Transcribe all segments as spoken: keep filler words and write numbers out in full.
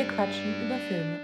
quatschen über Filme.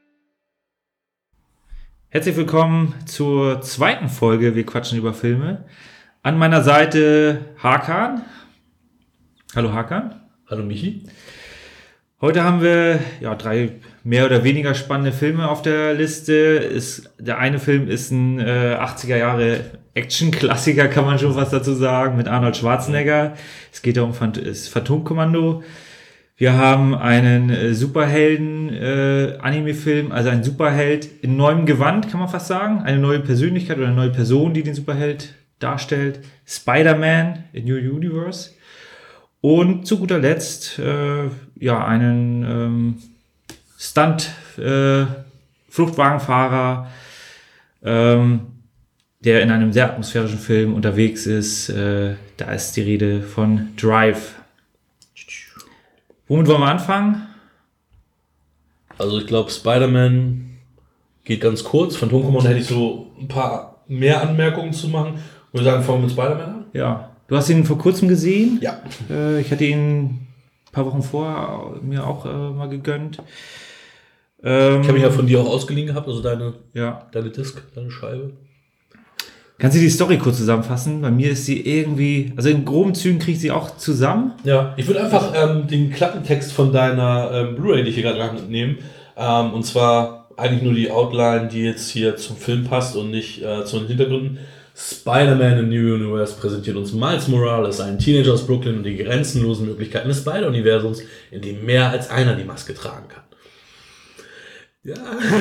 Herzlich willkommen zur zweiten Folge Wir quatschen über Filme. An meiner Seite Hakan. Hallo Hakan. Hallo Michi. Heute haben wir ja drei mehr oder weniger spannende Filme auf der Liste. Ist, der eine Film ist ein äh, achtziger Jahre Action-Klassiker, kann man schon was dazu sagen, mit Arnold Schwarzenegger. Es geht um das Phantomkommando. Wir haben einen äh, Superhelden-Anime-Film, äh, also ein Superheld in neuem Gewand, kann man fast sagen. Eine neue Persönlichkeit oder eine neue Person, die den Superheld darstellt. Spider-Man in New Universe. Und zu guter Letzt äh, ja einen ähm, Stunt-Fluchtwagenfahrer, äh, ähm, der in einem sehr atmosphärischen Film unterwegs ist. Äh, da ist die Rede von Drive. Womit wollen wir anfangen? Also ich glaube, Spider-Man geht ganz kurz. Phantomkommando hätte ich so ein paar mehr Anmerkungen zu machen. Ich würde sagen, fangen wir mit Spider-Man an. Ja. Du hast ihn vor kurzem gesehen? Ja. Äh, ich hatte ihn ein paar Wochen vorher mir auch äh, mal gegönnt. Ähm, ich habe mich ja von dir auch ausgeliehen gehabt, also deine, ja. deine Disc, deine Scheibe. Kannst du die Story kurz zusammenfassen? Bei mir ist sie irgendwie, also in groben Zügen kriege ich sie auch zusammen. Ja, ich würde einfach ähm, den Klappentext von deiner ähm, Blu-ray, die ich hier gerade nehmen, ähm, und zwar eigentlich nur die Outline, die jetzt hier zum Film passt und nicht äh, zu den Hintergründen. Spider-Man in New Universe präsentiert uns Miles Morales, einen Teenager aus Brooklyn und die grenzenlosen Möglichkeiten des Spider-Universums, in dem mehr als einer die Maske tragen kann. Ja,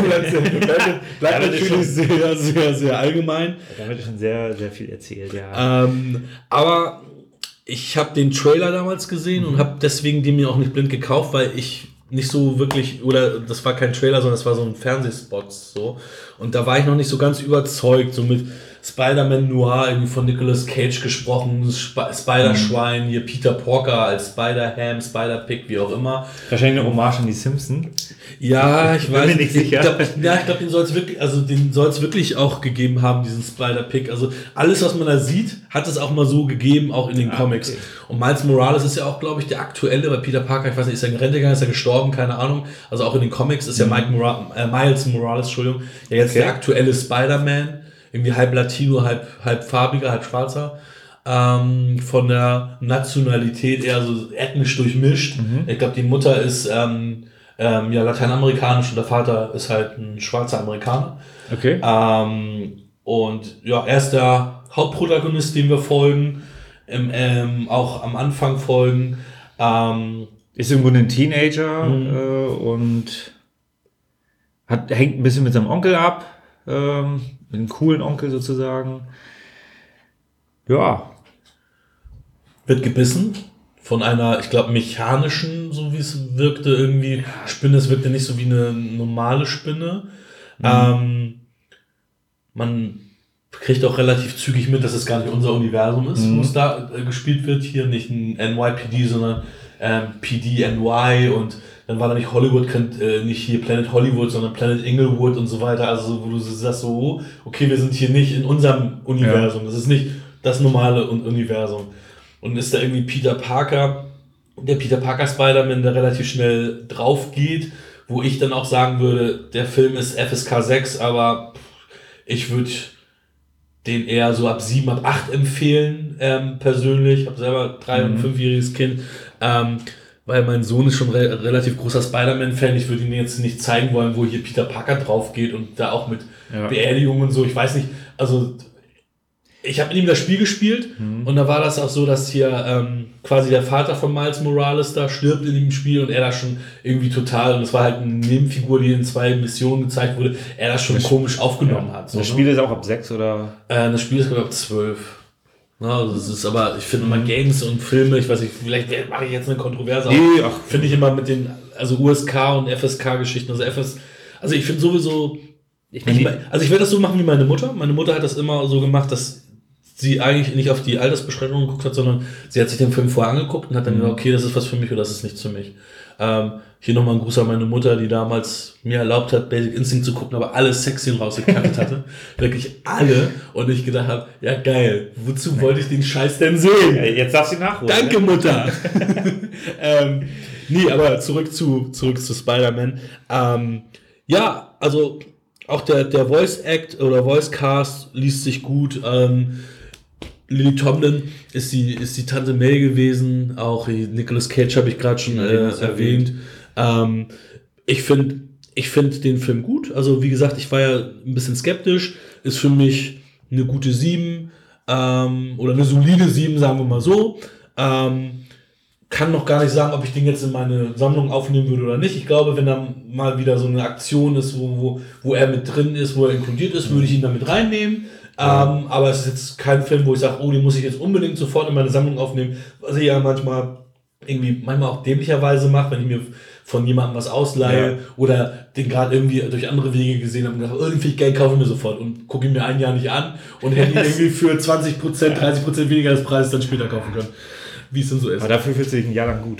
bleibt natürlich sehr, sehr, sehr allgemein. Da wird schon sehr, sehr viel erzählt, ja. Ähm, aber ich habe den Trailer damals gesehen mhm. und habe deswegen den mir auch nicht blind gekauft, weil ich nicht so wirklich, oder das war kein Trailer, sondern es war so ein Fernsehspot so. Und da war ich noch nicht so ganz überzeugt, so mit Spider-Man Noir, irgendwie von Nicolas Cage gesprochen, Sp- Spider-Schwein, hier Peter Porker als Spider-Ham, Spider-Pig, wie auch immer. Wahrscheinlich eine Hommage an die Simpsons. Ja, ich, ich weiß bin mir nicht sicher. Ich glaub, ja, ich glaube, den soll es wirklich, also den soll es wirklich auch gegeben haben, diesen Spider-Pig. Also alles, was man da sieht, hat es auch mal so gegeben, auch in den ah, Comics. Okay. Und Miles Morales ist ja auch, glaube ich, der aktuelle, bei Peter Parker, ich weiß nicht, ist er in Rente gegangen, ist er gestorben, keine Ahnung. Also auch in den Comics ist ja Mike Mora- äh, Miles Morales, Entschuldigung, ja jetzt okay. der aktuelle Spider-Man. Irgendwie halb Latino, halb, halb farbiger, halb schwarzer. Ähm, von der Nationalität eher so ethnisch durchmischt. Mhm. Ich glaube, die Mutter ist ähm, ähm, ja lateinamerikanisch und der Vater ist halt ein schwarzer Amerikaner. Okay. Ähm, und ja, er ist der Hauptprotagonist, dem wir folgen, ähm, ähm, auch am Anfang folgen. Ähm, ist irgendwo ein Teenager mhm. äh, und hat, hängt ein bisschen mit seinem Onkel ab. Ähm, mit einem coolen Onkel sozusagen. Ja. Wird gebissen von einer, ich glaube, mechanischen, so wie es wirkte, irgendwie Spinne. Es wirkte nicht so wie eine normale Spinne. Mhm. Ähm, man kriegt auch relativ zügig mit, dass es gar nicht unser Universum ist, mhm. wo es da äh, gespielt wird. Hier nicht ein N Y P D, sondern ähm, P D N Y und dann war da nicht Hollywood, äh, nicht hier Planet Hollywood, sondern Planet Inglewood und so weiter. Also wo du sagst so, okay, wir sind hier nicht in unserem Universum. Ja. Das ist nicht das normale Universum. Und ist da irgendwie Peter Parker, der Peter Parker Spider-Man, der relativ schnell drauf geht, wo ich dann auch sagen würde, der Film ist F S K sechs, aber ich würde den eher so ab sieben, ab acht empfehlen, ähm, persönlich. Ich habe selber drei- und fünfjähriges Kind. Ähm, weil mein Sohn ist schon re- relativ großer Spider-Man-Fan. Ich würde ihn jetzt nicht zeigen wollen, wo hier Peter Parker drauf geht und da auch mit ja. Beerdigung und so. Ich weiß nicht, also ich habe mit ihm das Spiel gespielt mhm. und da war das auch so, dass hier ähm, quasi der Vater von Miles Morales da stirbt in dem Spiel und er da schon irgendwie total, und das war halt eine Nebenfigur, die in zwei Missionen gezeigt wurde, er das schon das komisch aufgenommen ja. hat. So, das Spiel ne? ist auch ab sechs oder? Äh, das Spiel ist glaube ich ab zwölf. Na, also das ist aber, ich finde immer Games und Filme, ich weiß nicht, vielleicht mache ich jetzt eine Kontroverse, nee, finde ich immer mit den, also U S K und F S K-Geschichten, also F S, also ich finde sowieso, ich ich, also ich will das so machen wie meine Mutter. Meine Mutter hat das immer so gemacht, dass sie eigentlich nicht auf die Altersbeschränkung geguckt hat, sondern sie hat sich den Film vorher angeguckt und hat dann gesagt, okay, das ist was für mich oder das ist nichts für mich. Ähm, hier nochmal ein Gruß an meine Mutter, die damals mir erlaubt hat, Basic Instinct zu gucken, aber alle Sexszenen rausgekattet hatte. Wirklich alle. Und ich gedacht habe, ja geil, wozu wollte ich den Scheiß denn sehen? Ja, jetzt darfst du nachholen. Danke, ne? Mutter. ähm, Nee, aber zurück zu, zurück zu Spider-Man. Ähm, ja, also auch der, der Voice-Act oder Voice-Cast liest sich gut. Ähm, Lily Tomlin ist die, ist die Tante May gewesen. Auch Nicolas Cage habe ich gerade schon äh, erwähnt. Ähm, ich finde ich find den Film gut. Also wie gesagt, ich war ja ein bisschen skeptisch. Ist für mich eine gute sieben ähm, oder eine solide sieben, sagen wir mal so. Ähm, kann noch gar nicht sagen, ob ich den jetzt in meine Sammlung aufnehmen würde oder nicht. Ich glaube, wenn da mal wieder so eine Aktion ist, wo, wo, wo er mit drin ist, wo er inkludiert ist, würde ich ihn damit reinnehmen. Ja. Ähm, aber es ist jetzt kein Film, wo ich sage, oh, den muss ich jetzt unbedingt sofort in meine Sammlung aufnehmen. Was ich ja manchmal irgendwie, manchmal auch dämlicherweise mache, wenn ich mir von jemandem was ausleihe ja. oder den gerade irgendwie durch andere Wege gesehen habe und gedacht, oh, den finde ich geil, kaufe ich mir sofort und gucke ihn mir ein Jahr nicht an und hätte ihn irgendwie für zwanzig Prozent, dreißig Prozent weniger des Preises dann später kaufen können. Wie es denn so ist. Aber dafür fühlt sich ein Jahr lang gut.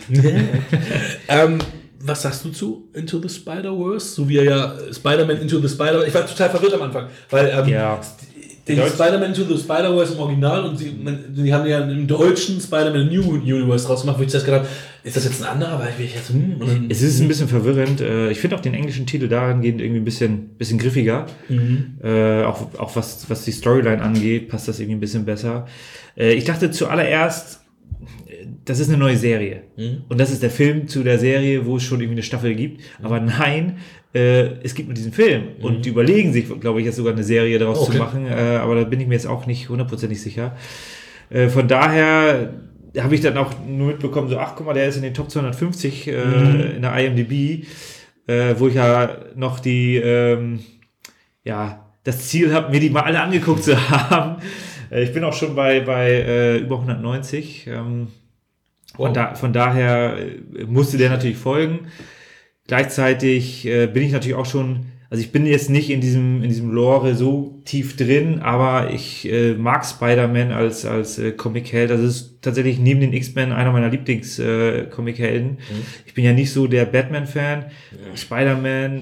ähm, was sagst du zu Into the Spider-Verse? So wie er ja Spider-Man Into the Spider-Verse. Ich war total verwirrt am Anfang, weil ähm, ja. den Spider-Man Into the Spider-Verse im Original und die, die haben ja im deutschen Spider-Man New Universe draus gemacht, wo ich zuerst gedacht habe, ist das jetzt ein anderer? Weil ich jetzt, hm, es ist ein bisschen verwirrend. Ich finde auch den englischen Titel dahingehend irgendwie ein bisschen, bisschen griffiger. Mhm. Äh, auch auch was, was die Storyline angeht, passt das irgendwie ein bisschen besser. Äh, ich dachte zuallererst, das ist eine neue Serie. Mhm. Und das ist der Film zu der Serie, wo es schon irgendwie eine Staffel gibt. Mhm. Aber nein, äh, es gibt nur diesen Film. Mhm. Und die überlegen sich, glaube ich, jetzt sogar eine Serie daraus okay. zu machen. Äh, aber da bin ich mir jetzt auch nicht hundertprozentig sicher. Äh, von daher habe ich dann auch nur mitbekommen, so, ach guck mal, der ist in den Top zweihundertfünfzig äh, mhm. in der I M D B, äh, wo ich ja noch die, ähm, ja, das Ziel habe, mir die mal alle angeguckt zu haben. Äh, ich bin auch schon bei, bei äh, über hundertneunzig. Ähm, Von, da, von daher musste der natürlich folgen. Gleichzeitig äh, bin ich natürlich auch schon, also ich bin jetzt nicht in diesem in diesem Lore so tief drin, aber ich äh, mag Spider-Man als als äh, Comic-Held. Das ist tatsächlich neben den X-Men einer meiner Lieblings-Comic-Helden. Äh, mhm. Ich bin ja nicht so der Batman-Fan. Mhm. Spider-Man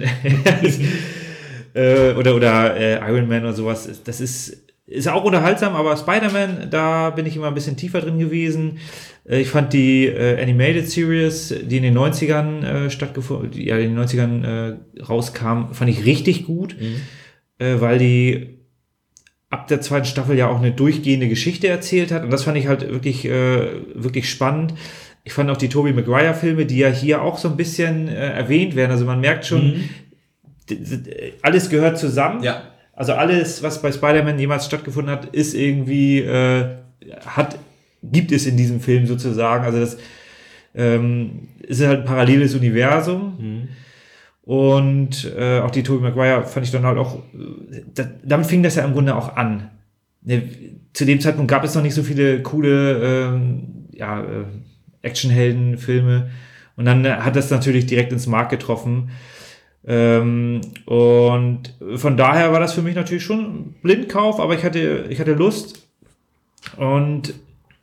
äh, oder oder äh, Iron Man oder sowas. Das ist Ist auch unterhaltsam, aber Spider-Man, da bin ich immer ein bisschen tiefer drin gewesen. Ich fand die äh, Animated Series, die in den neunzigern äh, stattgefunden, die ja in den neunzigern äh, rauskam, fand ich richtig gut, mhm. äh, weil die ab der zweiten Staffel ja auch eine durchgehende Geschichte erzählt hat. Und das fand ich halt wirklich, äh, wirklich spannend. Ich fand auch die Tobey Maguire-Filme, die ja hier auch so ein bisschen äh, erwähnt werden. Also man merkt schon, mhm. d- d- alles gehört zusammen. Ja. Also alles, was bei Spider-Man jemals stattgefunden hat, ist irgendwie, äh, hat, gibt es in diesem Film sozusagen. Also das ähm, ist halt ein paralleles Universum. Mhm. Und äh, auch die Tobey Maguire fand ich dann halt auch, da, damit fing das ja im Grunde auch an. Ne, zu dem Zeitpunkt gab es noch nicht so viele coole ähm, ja, äh, Actionhelden-Filme. Und dann äh, hat das natürlich direkt ins Mark getroffen. Ähm, und von daher war das für mich natürlich schon ein Blindkauf, aber ich hatte, ich hatte Lust und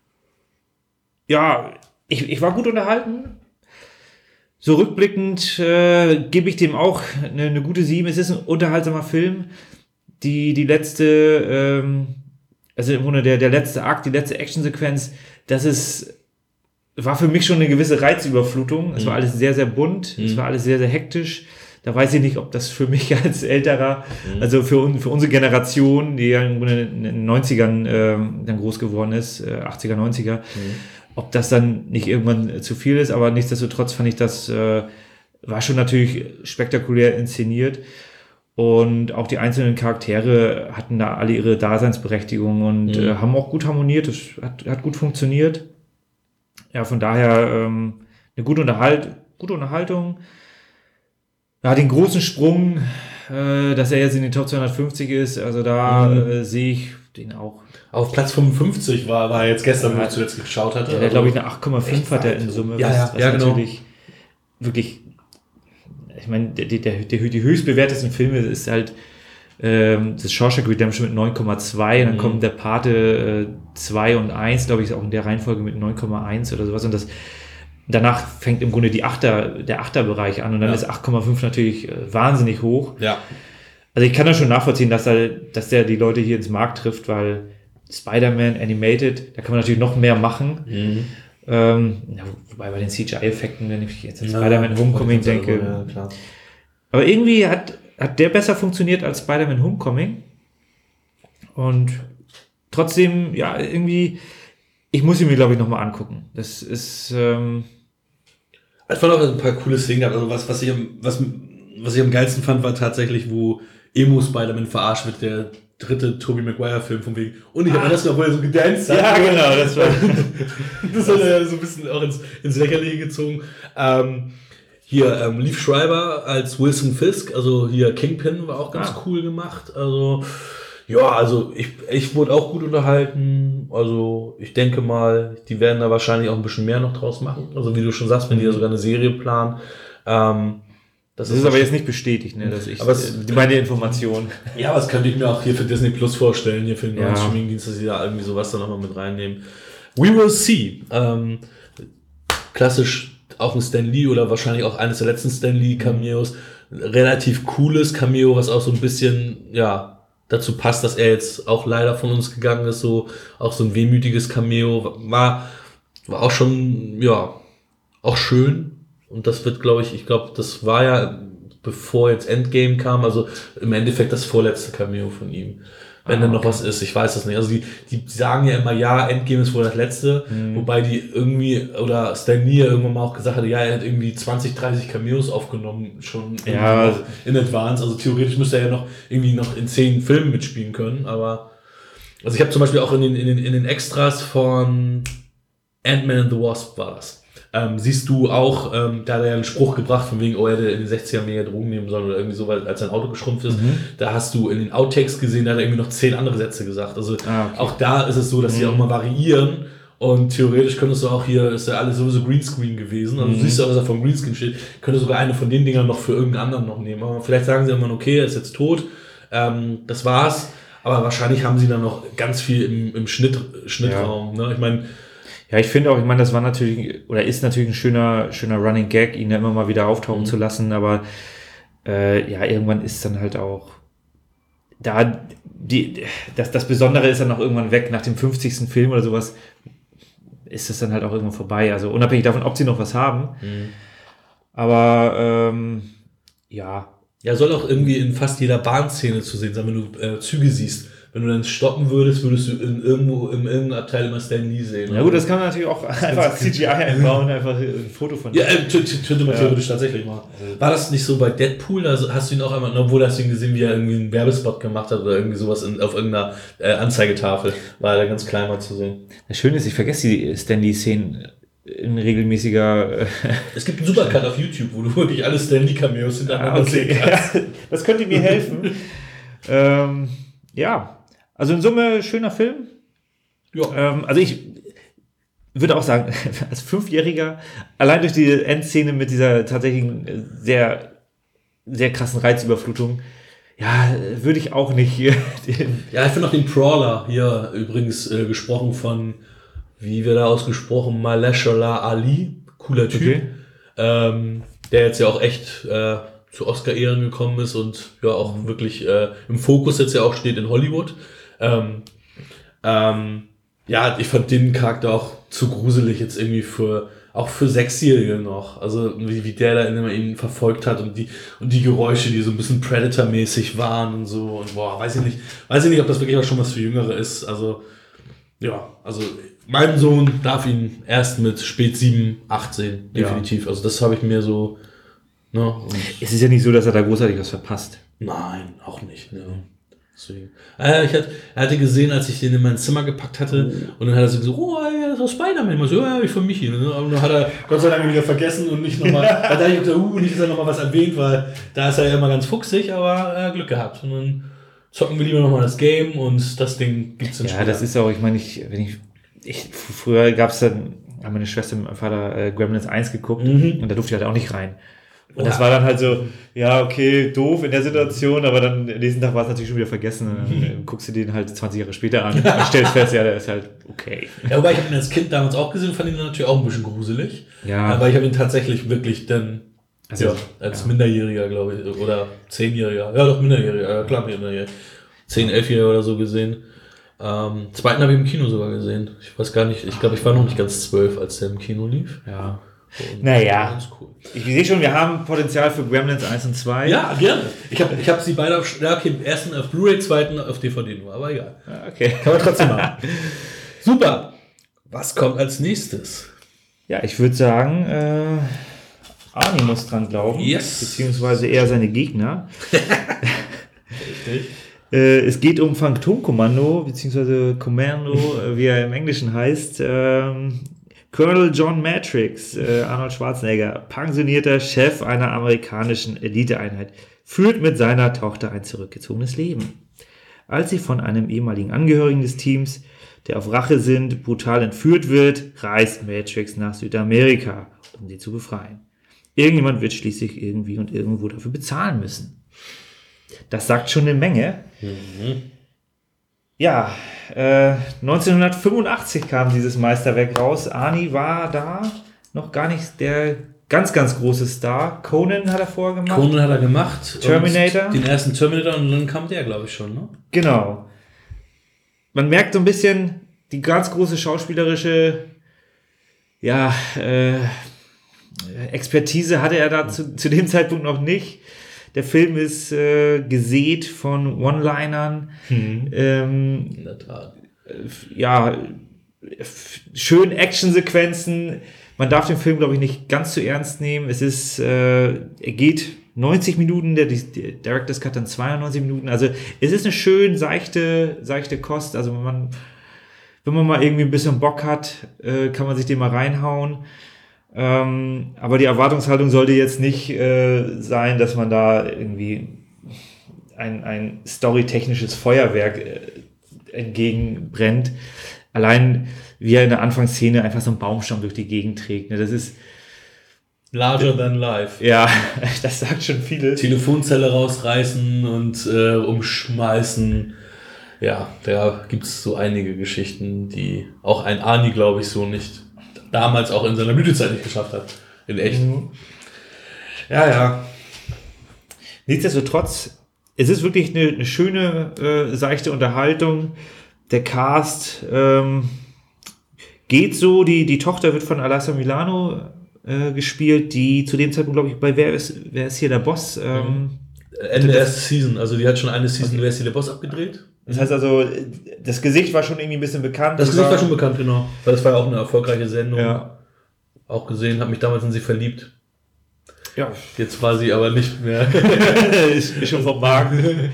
ja, ich, ich war gut unterhalten. So rückblickend äh, gebe ich dem auch eine, eine gute sieben. Es ist ein unterhaltsamer Film. Die, die letzte, ähm, also im Grunde der, der letzte Akt, die letzte Actionsequenz, das ist, war für mich schon eine gewisse Reizüberflutung. Es mhm. war alles sehr, sehr bunt, mhm. es war alles sehr, sehr hektisch. Da weiß ich nicht, ob das für mich als älterer, mhm. also für, für unsere Generation, die ja in den neunzigern äh, dann groß geworden ist, äh, achtziger, neunziger, mhm. ob das dann nicht irgendwann äh, zu viel ist, aber nichtsdestotrotz fand ich das, äh, war schon natürlich spektakulär inszeniert und auch die einzelnen Charaktere hatten da alle ihre Daseinsberechtigung und mhm. äh, haben auch gut harmoniert, das hat, hat gut funktioniert. Ja, von daher ähm, eine gute, Unterhalt, gute Unterhaltung. Ja, den großen Sprung, äh, dass er jetzt in den Top zweihundertfünfzig ist, also da mhm. äh, sehe ich den auch. Auf Platz fünfundfünfzig war, war jetzt gestern, ja, wo ich zuletzt geschaut hatte. Ja, der, glaube ich, eine acht Komma fünf hat er in Summe. Ja, was, ja, was ja, genau. Natürlich wirklich, ich meine, der, der, der, die höchst bewertesten Filme ist halt ähm, das Shawshank Redemption mit neun Komma zwei, und dann mhm. kommt der Pate zwei äh, und eins, glaube ich, auch in der Reihenfolge mit neun Komma eins oder sowas, und das danach fängt im Grunde die Achter, der Achterbereich an und dann ja. ist acht Komma fünf natürlich äh, wahnsinnig hoch. Ja. Also ich kann das schon nachvollziehen, dass, er, dass der die Leute hier ins Markt trifft, weil Spider-Man Animated, da kann man natürlich noch mehr machen. Mhm. Ähm, ja, wobei bei den C G I-Effekten, wenn ich jetzt an Ja, Spider-Man Homecoming denke. Ja, klar. Aber irgendwie hat, hat der besser funktioniert als Spider-Man Homecoming. Und trotzdem, ja, irgendwie, ich muss ihn mir, glaube ich, nochmal angucken. Das ist, ähm, Es fand auch ein paar coole Szenen gehabt. Also was, was ich am, was, was ich am geilsten fand, war tatsächlich, wo Emo Spider-Man verarscht wird, der dritte Tobey Maguire-Film von wegen. Und ich habe Ah. das noch, wo er so gedanced hat. ja, genau, das war, Das hat er so ein bisschen auch ins, ins Lächerliche gezogen. Ähm, hier, ähm, Liev Schreiber als Wilson Fisk, also hier Kingpin war auch ganz Ah. cool gemacht. Also, ja, also ich, ich wurde auch gut unterhalten. Also, ich denke mal, die werden da wahrscheinlich auch ein bisschen mehr noch draus machen. Also, wie du schon sagst, wenn die ja sogar eine Serie planen. Ähm, das ist aber jetzt nicht bestätigt, ne, dass ich, Aber es- äh, meine Information. Ja, aber das könnte ich mir auch hier für Disney Plus vorstellen, hier für den neuen Ja. Streaming-Dienst, dass sie da irgendwie sowas dann nochmal mit reinnehmen. We will see. Ähm, klassisch auch ein Stan Lee oder wahrscheinlich auch eines der letzten Stan Lee Cameos. Relativ cooles Cameo, was auch so ein bisschen, ja, dazu passt, dass er jetzt auch leider von uns gegangen ist, so, auch so ein wehmütiges Cameo. War, war auch schon, ja, auch schön. Und das wird, glaube ich, ich glaube, das war ja, bevor jetzt Endgame kam, also im Endeffekt das vorletzte Cameo von ihm. Wenn Ah, dann noch okay. was ist, ich weiß das nicht. Also die, die sagen ja immer, ja, Endgame ist wohl das letzte, Mhm. wobei die irgendwie, oder Stan Lee irgendwann mal auch gesagt hat, ja, er hat irgendwie zwanzig, dreißig Cameos aufgenommen, schon Ja. irgendwie noch in Advance. Also theoretisch müsste er ja noch irgendwie noch in zehn Filmen mitspielen können, aber also ich habe zum Beispiel auch in den, in den, in den Extras von Ant-Man and the Wasp war das. Ähm, siehst du auch, ähm, da hat er ja einen Spruch gebracht, von wegen, oh, er hätte in den sechzigern mega Drogen nehmen sollen oder irgendwie so, weil als sein Auto geschrumpft ist. Mhm. Da hast du in den Outtakes gesehen, da hat er irgendwie noch zehn andere Sätze gesagt. Also Ah, okay. auch da ist es so, dass sie Mhm. auch mal variieren und theoretisch könntest du auch hier, ist ja alles sowieso Greenscreen gewesen, also Mhm. du siehst ja, was da vom Greenscreen steht, könnte sogar eine von den Dingern noch für irgendeinen anderen noch nehmen. Aber vielleicht sagen sie immer, okay, er ist jetzt tot, ähm, das war's. Aber wahrscheinlich haben sie dann noch ganz viel im, im Schnitt, Schnittraum. Ne? Ich meine, Ja, ich finde auch, ich meine, das war natürlich, oder ist natürlich ein schöner, schöner Running Gag, ihn da immer mal wieder auftauchen Mhm. zu lassen, aber äh, ja, irgendwann ist dann halt auch da, die, das, das Besondere ist dann auch irgendwann weg, nach dem fünfzigsten Film oder sowas, ist es dann halt auch irgendwann vorbei, also unabhängig davon, ob sie noch was haben, aber ähm, ja, ja, soll auch irgendwie in fast jeder Bahnszene zu sehen sein, wenn du äh, Züge siehst. Wenn du dann stoppen würdest, würdest du in irgendwo in irgendeinem Abteil immer Stan Lee sehen. na gut, das kann man natürlich auch einfach C G I einbauen, einfach ein Foto von Ja, äh, t- t- könnte man Ja. theoretisch tatsächlich machen. War das nicht so bei Deadpool? Da hast du ihn auch einmal, obwohl hast du ihn gesehen, wie er irgendwie einen Werbespot gemacht hat oder irgendwie sowas in, auf irgendeiner äh, Anzeigetafel. War er da ganz klein mal zu sehen. Das Schöne ist, ich vergesse die Stanley-Szenen in regelmäßiger. Äh, Es gibt einen Supercut auf YouTube, wo du wirklich alle Stan Lee Cameos hintereinander sehen kannst. Ja, das könnte mir helfen. ähm, ja, also in Summe schöner Film. Ja. Ähm, also ich würde auch sagen, als Fünfjähriger, allein durch die Endszene mit dieser tatsächlichen äh, sehr, sehr krassen Reizüberflutung, ja, würde ich auch nicht hier den, Ja, ich finde auch den Brawler hier übrigens äh, gesprochen von, wie wird er ausgesprochen, Mahershala Ali, cooler Typ, Okay. ähm, der jetzt ja auch echt äh, zu Oscar-Ehren gekommen ist und ja auch wirklich äh, im Fokus jetzt ja auch steht in Hollywood. Ähm, ähm, ja, ich fand den Charakter auch zu gruselig jetzt irgendwie für, auch für Sechsjährige noch. Also wie, wie der da immer ihn verfolgt hat und die, und die Geräusche, die so ein bisschen Predator-mäßig waren und so. Und boah, weiß ich nicht, weiß ich nicht, ob das wirklich auch schon was für Jüngere ist. Also, ja, also mein Sohn darf ihn erst mit spät sieben, acht sehen, definitiv. Also das habe ich mir so, ne, und es ist ja nicht so, dass er da großartig was verpasst. nein, auch nicht, ne. Deswegen. Äh, ich hatte, er hatte gesehen, als ich den in mein Zimmer gepackt hatte, und dann hat er so gesagt, oh, ja, das ist doch Spider-Man. Ich so, ja, ich von Michi. Ne? Und dann hat er Gott sei Dank wieder vergessen und nicht nochmal, da dachte ich, uh, nicht, dass er nochmal was erwähnt, weil da ist er ja immer ganz fuchsig, aber äh, Glück gehabt. Und dann zocken wir lieber nochmal das Game und das Ding gibt's dann Ja, das ist auch, ich meine, ich, wenn ich, ich früher gab es dann, haben meine Schwester mit meinem Vater äh, Gremlins eins geguckt Mhm. und da durfte ich halt auch nicht rein. Und Ja. das war dann halt so, ja, okay, doof in der Situation, aber dann nächsten Tag war es natürlich schon wieder vergessen. Und dann guckst du den halt zwanzig Jahre später an und stellst fest, ja, der ist halt okay. Ja, wobei ich habe ihn als Kind damals auch gesehen, fand ihn dann natürlich auch ein bisschen gruselig. Ja. Aber ich habe ihn tatsächlich wirklich dann Also, ja, als ja. Minderjähriger, glaube ich, oder Zehnjähriger. Ja, doch, Minderjähriger, ja, klar, Minderjähriger. Zehn, Elfjähriger oder so gesehen. Ähm, zweiten habe ich im Kino sogar gesehen. Ich weiß gar nicht, ich glaube, ich war noch nicht ganz zwölf, als der im Kino lief. Ja. Und Naja, ganz cool. ich sehe schon, wir haben Potenzial für Gremlins eins und zwei. Ja, gerne. Ich habe ich hab sie beide auf, ja, okay, ersten auf Blu-ray, zweiten auf D V D nur, aber egal. Ja, okay. Kann man trotzdem machen. Super. Was kommt als nächstes? Ja, ich würde sagen, äh, Arnie muss dran glauben. Yes. Beziehungsweise eher seine Gegner. Richtig. Äh, es geht um Phantomkommando, beziehungsweise Commando, äh, wie er im Englischen heißt. Ähm, Colonel John Matrix, äh, Arnold Schwarzenegger, pensionierter Chef einer amerikanischen Eliteeinheit, führt mit seiner Tochter ein zurückgezogenes Leben. Als sie von einem ehemaligen Angehörigen des Teams, der auf Rache sind, brutal entführt wird, reist Matrix nach Südamerika, um sie zu befreien. Irgendjemand wird schließlich irgendwie und irgendwo dafür bezahlen müssen. Das sagt schon eine Menge. Mhm. Ja, äh, neunzehnhundertfünfundachtzig kam dieses Meisterwerk raus. Arnie war da noch gar nicht der ganz, ganz große Star. Conan hat er vorher gemacht. Conan hat er gemacht. Terminator. Und den ersten Terminator und dann kam der, glaube ich, schon, ne? Genau. Man merkt so ein bisschen die ganz große schauspielerische, ja, äh, Expertise hatte er da zu, zu dem Zeitpunkt noch nicht. Der Film ist äh, gesät von One-Linern. Mhm. Ähm, In der Tat. ja, f- schön Actionsequenzen. Man darf den Film, glaube ich, nicht ganz zu ernst nehmen. Es ist, äh, er geht neunzig Minuten, der, der Director's Cut dann zweiundneunzig Minuten. Also es ist eine schön seichte, seichte Kost. Also wenn man, wenn man mal irgendwie ein bisschen Bock hat, äh, kann man sich den mal reinhauen. Ähm, aber die Erwartungshaltung sollte jetzt nicht äh, sein, dass man da irgendwie ein, ein storytechnisches Feuerwerk äh, entgegenbrennt. Allein wie er in der Anfangsszene einfach so einen Baumstamm durch die Gegend trägt. Ne? Das ist Larger than life. ja, das sagt schon vieles. Telefonzelle rausreißen und äh, umschmeißen. Ja, da gibt es so einige Geschichten, die auch ein Arnie, glaube ich, so nicht damals auch in seiner Blütezeit nicht geschafft hat. In echt. Mhm. Ja, ja. Nichtsdestotrotz, es ist wirklich eine, eine schöne, äh, seichte Unterhaltung. Der Cast ähm, geht so, die, die Tochter wird von Alyssa Milano äh, gespielt, die zu dem Zeitpunkt, glaube ich, bei Wer ist, wer ist hier der Boss? Ähm, Ende der ersten Season. Also die hat schon eine Season, okay. Wer ist hier der Boss abgedreht? Das heißt also, das Gesicht war schon irgendwie ein bisschen bekannt. Das Gesicht war, war schon bekannt, genau. Weil das war ja auch eine erfolgreiche Sendung. Ja. Auch gesehen, habe mich damals in sie verliebt. Ja. Jetzt war sie aber nicht mehr. ist, ist schon vom Markt.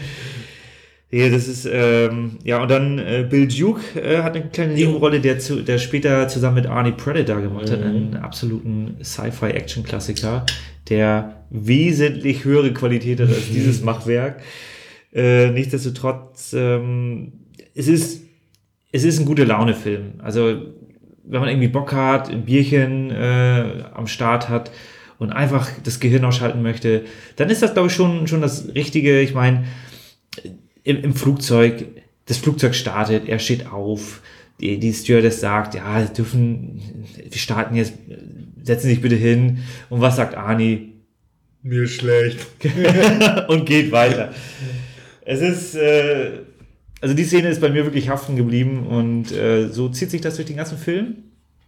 Ja, das ist, ähm, ja, und dann äh, Bill Duke äh, hat eine kleine Nebenrolle, der, zu, der später zusammen mit Arnie Predator gemacht hat, mhm. einen absoluten Sci-Fi-Action-Klassiker, der wesentlich höhere Qualität hat als dieses Machwerk. Äh, nichtsdestotrotz, ähm, es ist, es ist ein gute Laune-Film. Also, wenn man irgendwie Bock hat, ein Bierchen äh, am Start hat und einfach das Gehirn ausschalten möchte, dann ist das, glaube ich, schon, schon das Richtige. Ich meine, im, im Flugzeug, das Flugzeug startet, er steht auf, die, die Stewardess sagt, ja, sie dürfen, wir starten jetzt, setzen Sie sich bitte hin. Und was sagt Arnie? Mir schlecht. Und geht weiter. Es ist, äh, also die Szene ist bei mir wirklich haften geblieben und äh, so zieht sich das durch den ganzen Film.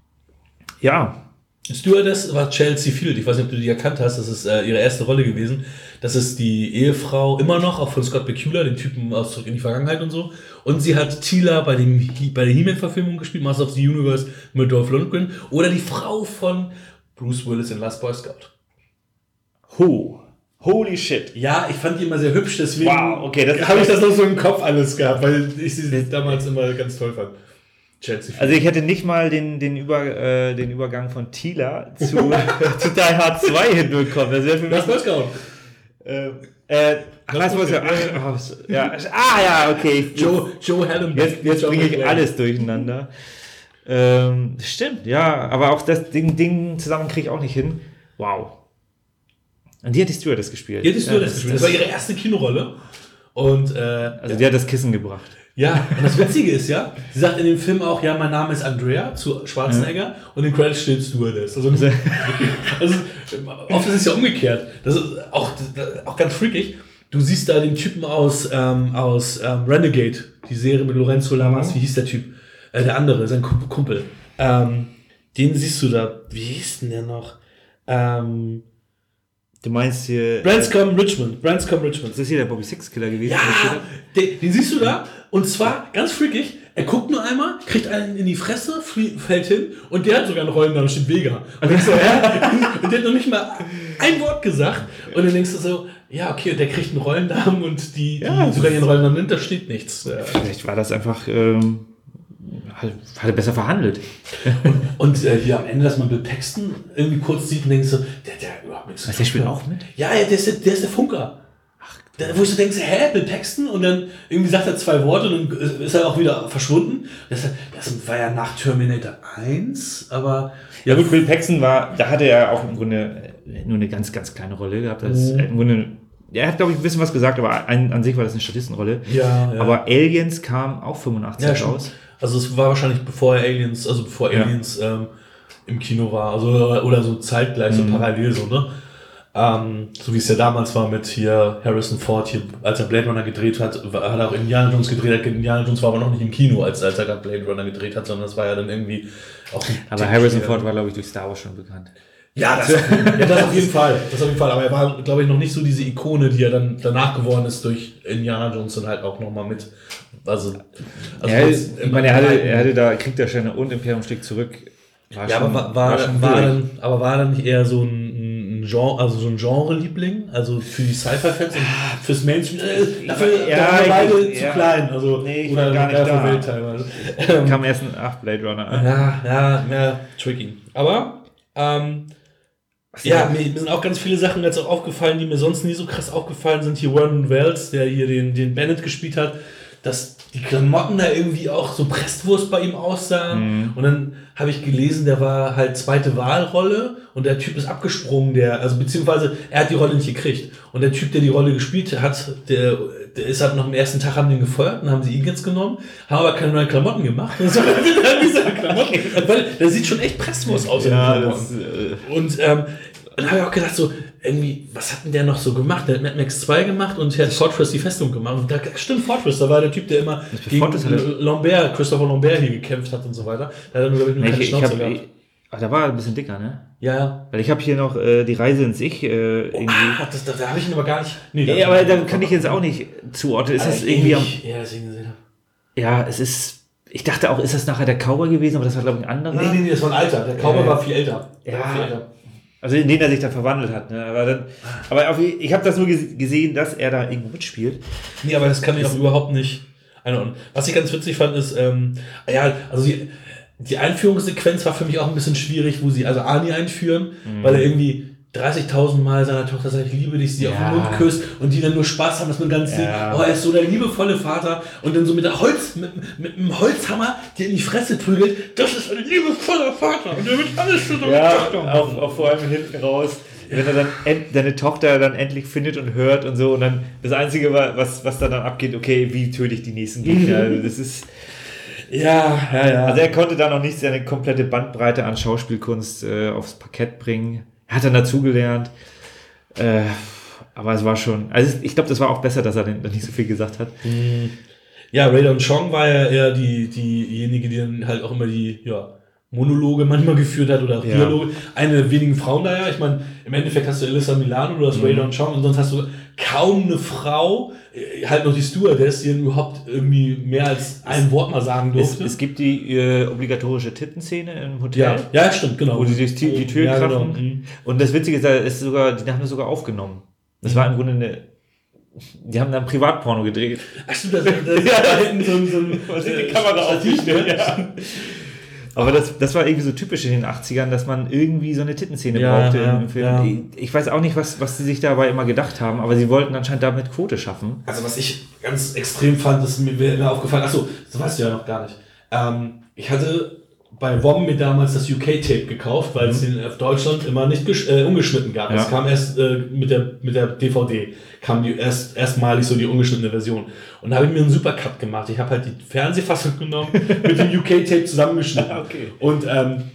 Ja. Stewardess war Chelsea Field. Ich weiß nicht, ob du die erkannt hast. Das ist äh, ihre erste Rolle gewesen. Das ist die Ehefrau, immer noch, auch von Scott Bakula, den Typen aus Zurück in die Vergangenheit und so. Und sie hat Teela bei, dem, bei der He-Man-Verfilmung gespielt, Master of the Universe mit Dolph Lundgren. Oder die Frau von Bruce Willis in Last Boy Scout. Ho. Holy shit. Ja, ich fand die immer sehr hübsch, deswegen wow, okay, habe ich das noch so im Kopf alles gehabt, weil ich sie damals immer ganz toll fand. Chelsea. Also ich hätte nicht mal den, den, Über, äh, den Übergang von Teela zu, zu Die Hard zwei hinbekommen. Das wäre für mich... Last Boy Scout. Äh, äh, Last Boy Scout. Ja. Ah ja, okay. Joe, Joe Hallenbeck. Jetzt, jetzt bringe ich alles durcheinander. Ähm, stimmt, ja. Aber auch das Ding, Ding zusammen kriege ich auch nicht hin. Wow. Und die hat die Stewardess gespielt. Die hat die Stewardess ja, gespielt. Das war ihre erste Kinorolle. Und, äh, also die hat das Kissen gebracht. Ja, und das Witzige ist ja, sie sagt in dem Film auch, ja, mein Name ist Andrea, zu Schwarzenegger, ja. Und in Credits steht Stewardess. Also, also oft ist es ja umgekehrt. Das ist auch, auch ganz freakig. du siehst da den Typen aus, ähm, aus ähm, Renegade, die Serie mit Lorenzo Lamas, wie hieß der Typ? Äh, der andere, sein Kumpel. Ähm, den siehst du da, wie hieß denn der noch? Ähm, Du meinst hier... Branscombe Richmond. Branscombe Richmond. Das ist hier der Bobby Six Killer gewesen. Ja, den, den siehst du da. Und zwar ganz freakig. Er guckt nur einmal, kriegt einen in die Fresse, fällt hin und der hat sogar einen Rollennamen, steht Vega. Und, ich so, ja, und der hat noch nicht mal ein Wort gesagt. Und dann denkst du so, ja, okay, der kriegt einen Rollennamen und die, die ja, sogar ihren Rollennamen nimmt, da steht nichts. Ja. Vielleicht war das einfach... Ähm Hat, hat er besser verhandelt. Und, und äh, hier am Ende, dass man Bill Paxton irgendwie kurz sieht und denkst so, der, der überhaupt nichts zu tun. Der spielt auch mit? Ja, ja, der ist der, der, ist der Funker. Ach, der, wo ich so denkst, hä, Bill Paxton? Und dann irgendwie sagt er zwei Worte und dann ist er auch wieder verschwunden. Das, das war ja nach Terminator eins, aber... Ja gut, Bill Paxton war, da hatte er auch im Grunde nur eine ganz, ganz kleine Rolle gehabt. Das mhm. im Grunde... Er hat, glaube ich, ein bisschen was gesagt, aber an, an sich war das eine Statistenrolle. Ja, ja. Aber Aliens kam auch fünfundachtzig ja, raus. Also es war wahrscheinlich bevor Aliens, also bevor ja. Aliens ähm, im Kino war, also oder so zeitgleich, mhm. so parallel so, ne? Ähm, so wie es ja damals war mit hier Harrison Ford, hier, als er Blade Runner gedreht hat, hat er auch Indiana Jones gedreht. Indiana Jones war aber noch nicht im Kino, als, als er gerade Blade Runner gedreht hat, sondern das war ja dann irgendwie auch... Aber Harrison Ford war, glaube ich, durch Star Wars schon bekannt. Ja, das, ja, das auf jeden Fall. Das auf jeden Fall. Aber er war, glaube ich, noch nicht so diese Ikone, die er dann danach geworden ist durch Indiana Jones und halt auch nochmal mit. Also, also ja, ich meine, er hatte, er hatte da Krieg der Sterne und Imperium schlägt zurück. War ja, schon, aber war, war, war, war dann, aber war dann nicht eher so ein, ein Genre, also so ein Genre-Liebling, also für die Sci-Fi-Fans und fürs Mainstream, äh, dafür ja, waren wir beide ja, zu klein, also nee, ich oder gar nicht da. Welt teilweise. Kam erst ein acht Blade Runner. Ja, ja, ja, tricky. Aber ähm, ja, mir, mir sind auch ganz viele Sachen jetzt auch aufgefallen, die mir sonst nie so krass aufgefallen sind. Hier Warren Wells, der hier den, den Bennett gespielt hat, dass die Klamotten da irgendwie auch so Presswurst bei ihm aussahen. Mhm. Und dann habe ich gelesen, der war halt zweite Wahlrolle und der Typ ist abgesprungen, der, also beziehungsweise er hat die Rolle nicht gekriegt. Und der Typ, der die Rolle gespielt hat, der, der ist halt noch am ersten Tag, haben den gefeuert und haben sie ihn jetzt genommen, haben aber keine neuen Klamotten gemacht. Und so, diese Klamotten, weil der sieht schon echt Presswurst aus. Ja, das, äh und ähm, dann habe ich auch gedacht, so, irgendwie, was hat denn der noch so gemacht? Der hat Mad Max zwei gemacht und der hat Fortress die Festung gemacht. Und da, stimmt, Fortress, da war der Typ, der immer gegen Lambert, Christopher Lambert hier gekämpft hat und so weiter. Da hat er, glaube ich, nur nee, keine ich, Schnauze ich hab, gehabt. Ich, da war er ein bisschen dicker, ne? Ja, ja. Weil ich habe hier noch äh, die Reise ins Ich. Äh, irgendwie. Oh, ah, das, da, da habe ich ihn aber gar nicht. Nee, nee aber da kann ich jetzt auch nicht zuordnen. Ist das irgendwie am. Ja, das gesehen habe. Ja, es ist. Ich dachte auch, ist das nachher der Cowboy gewesen, aber das war, glaube ich, ein anderer. Nee, nee, nee, das war ein alter. Der Cowboy äh, war viel älter. Der ja. war viel älter. Also in den er sich dann verwandelt hat. Ne? Aber, dann, aber auf, ich habe das nur gesehen, dass er da irgendwo mitspielt. Nee, aber das kann ich auch überhaupt nicht einordnen. Was ich ganz witzig fand, ist, ähm, ja, also die, die Einführungssequenz war für mich auch ein bisschen schwierig, wo sie also Arnie einführen, mhm. weil er irgendwie dreißigtausend Mal seiner Tochter sagt, ich liebe dich, sie ja. auf den Mund küsst und die dann nur Spaß haben, dass man ganz ja. sieht, oh, er ist so der liebevolle Vater und dann so mit der Holz, mit, mit einem Holzhammer, der in die Fresse prügelt, das ist ein liebevoller Vater und der wird alles für seine ja, Tochter. Auch, auch vor allem hinten raus, wenn er dann end, deine Tochter dann endlich findet und hört und so und dann das Einzige, was, was dann, dann abgeht, okay, wie töte ich die nächsten Gegner, also das ist ja, ja, ja. Also er konnte da noch nicht seine komplette Bandbreite an Schauspielkunst äh, aufs Parkett bringen. Er hat dann dazugelernt. Äh, aber es war schon. Also ich glaube, das war auch besser, dass er dann nicht so viel gesagt hat. Ja, Radon Chong war ja eher die, diejenige, die dann halt auch immer die ja, Monologe manchmal geführt hat oder auch Dialoge. Ja. Eine der wenigen Frauen da ja. Ich meine, im Endeffekt hast du Alyssa Milano, du hast mhm. Radon Chong und sonst hast du kaum eine Frau, halt noch die Stewardess, die überhaupt irgendwie mehr als ein Wort mal sagen durfte. Es, es gibt die äh, obligatorische Tittenszene im Hotel. Ja, ja stimmt, genau. Wo die durch die, die Tür ja, krachen. Genau. Mhm. Und das Witzige ist, ist sogar, die haben das sogar aufgenommen. Das mhm. war im Grunde eine, die haben dann Privatporno gedreht. Ach stimmt, das, das ja, da hinten so ein, so ein was äh, die Kamera aufgestellt. Ja. Aber das, das war irgendwie so typisch in den achtzigern, dass man irgendwie so eine Tittenszene ja, brauchte ja, im Film. Ja. Ich weiß auch nicht, was, was sie sich dabei immer gedacht haben, aber sie wollten anscheinend damit Quote schaffen. Also was ich ganz extrem fand, ist mir, mir aufgefallen, achso, das weißt du ja noch gar nicht. Ähm, ich hatte bei W O M mir damals das U K-Tape gekauft, weil mhm. es in auf Deutschland immer nicht gesch- äh, ungeschnitten gab. Es ja. kam erst äh, mit der mit der D V D, kam die erst erstmalig so die ungeschnittene Version. Und da habe ich mir einen Supercut gemacht. Ich habe halt die Fernsehfassung genommen, mit dem U K-Tape zusammengeschnitten. Okay. Und ähm,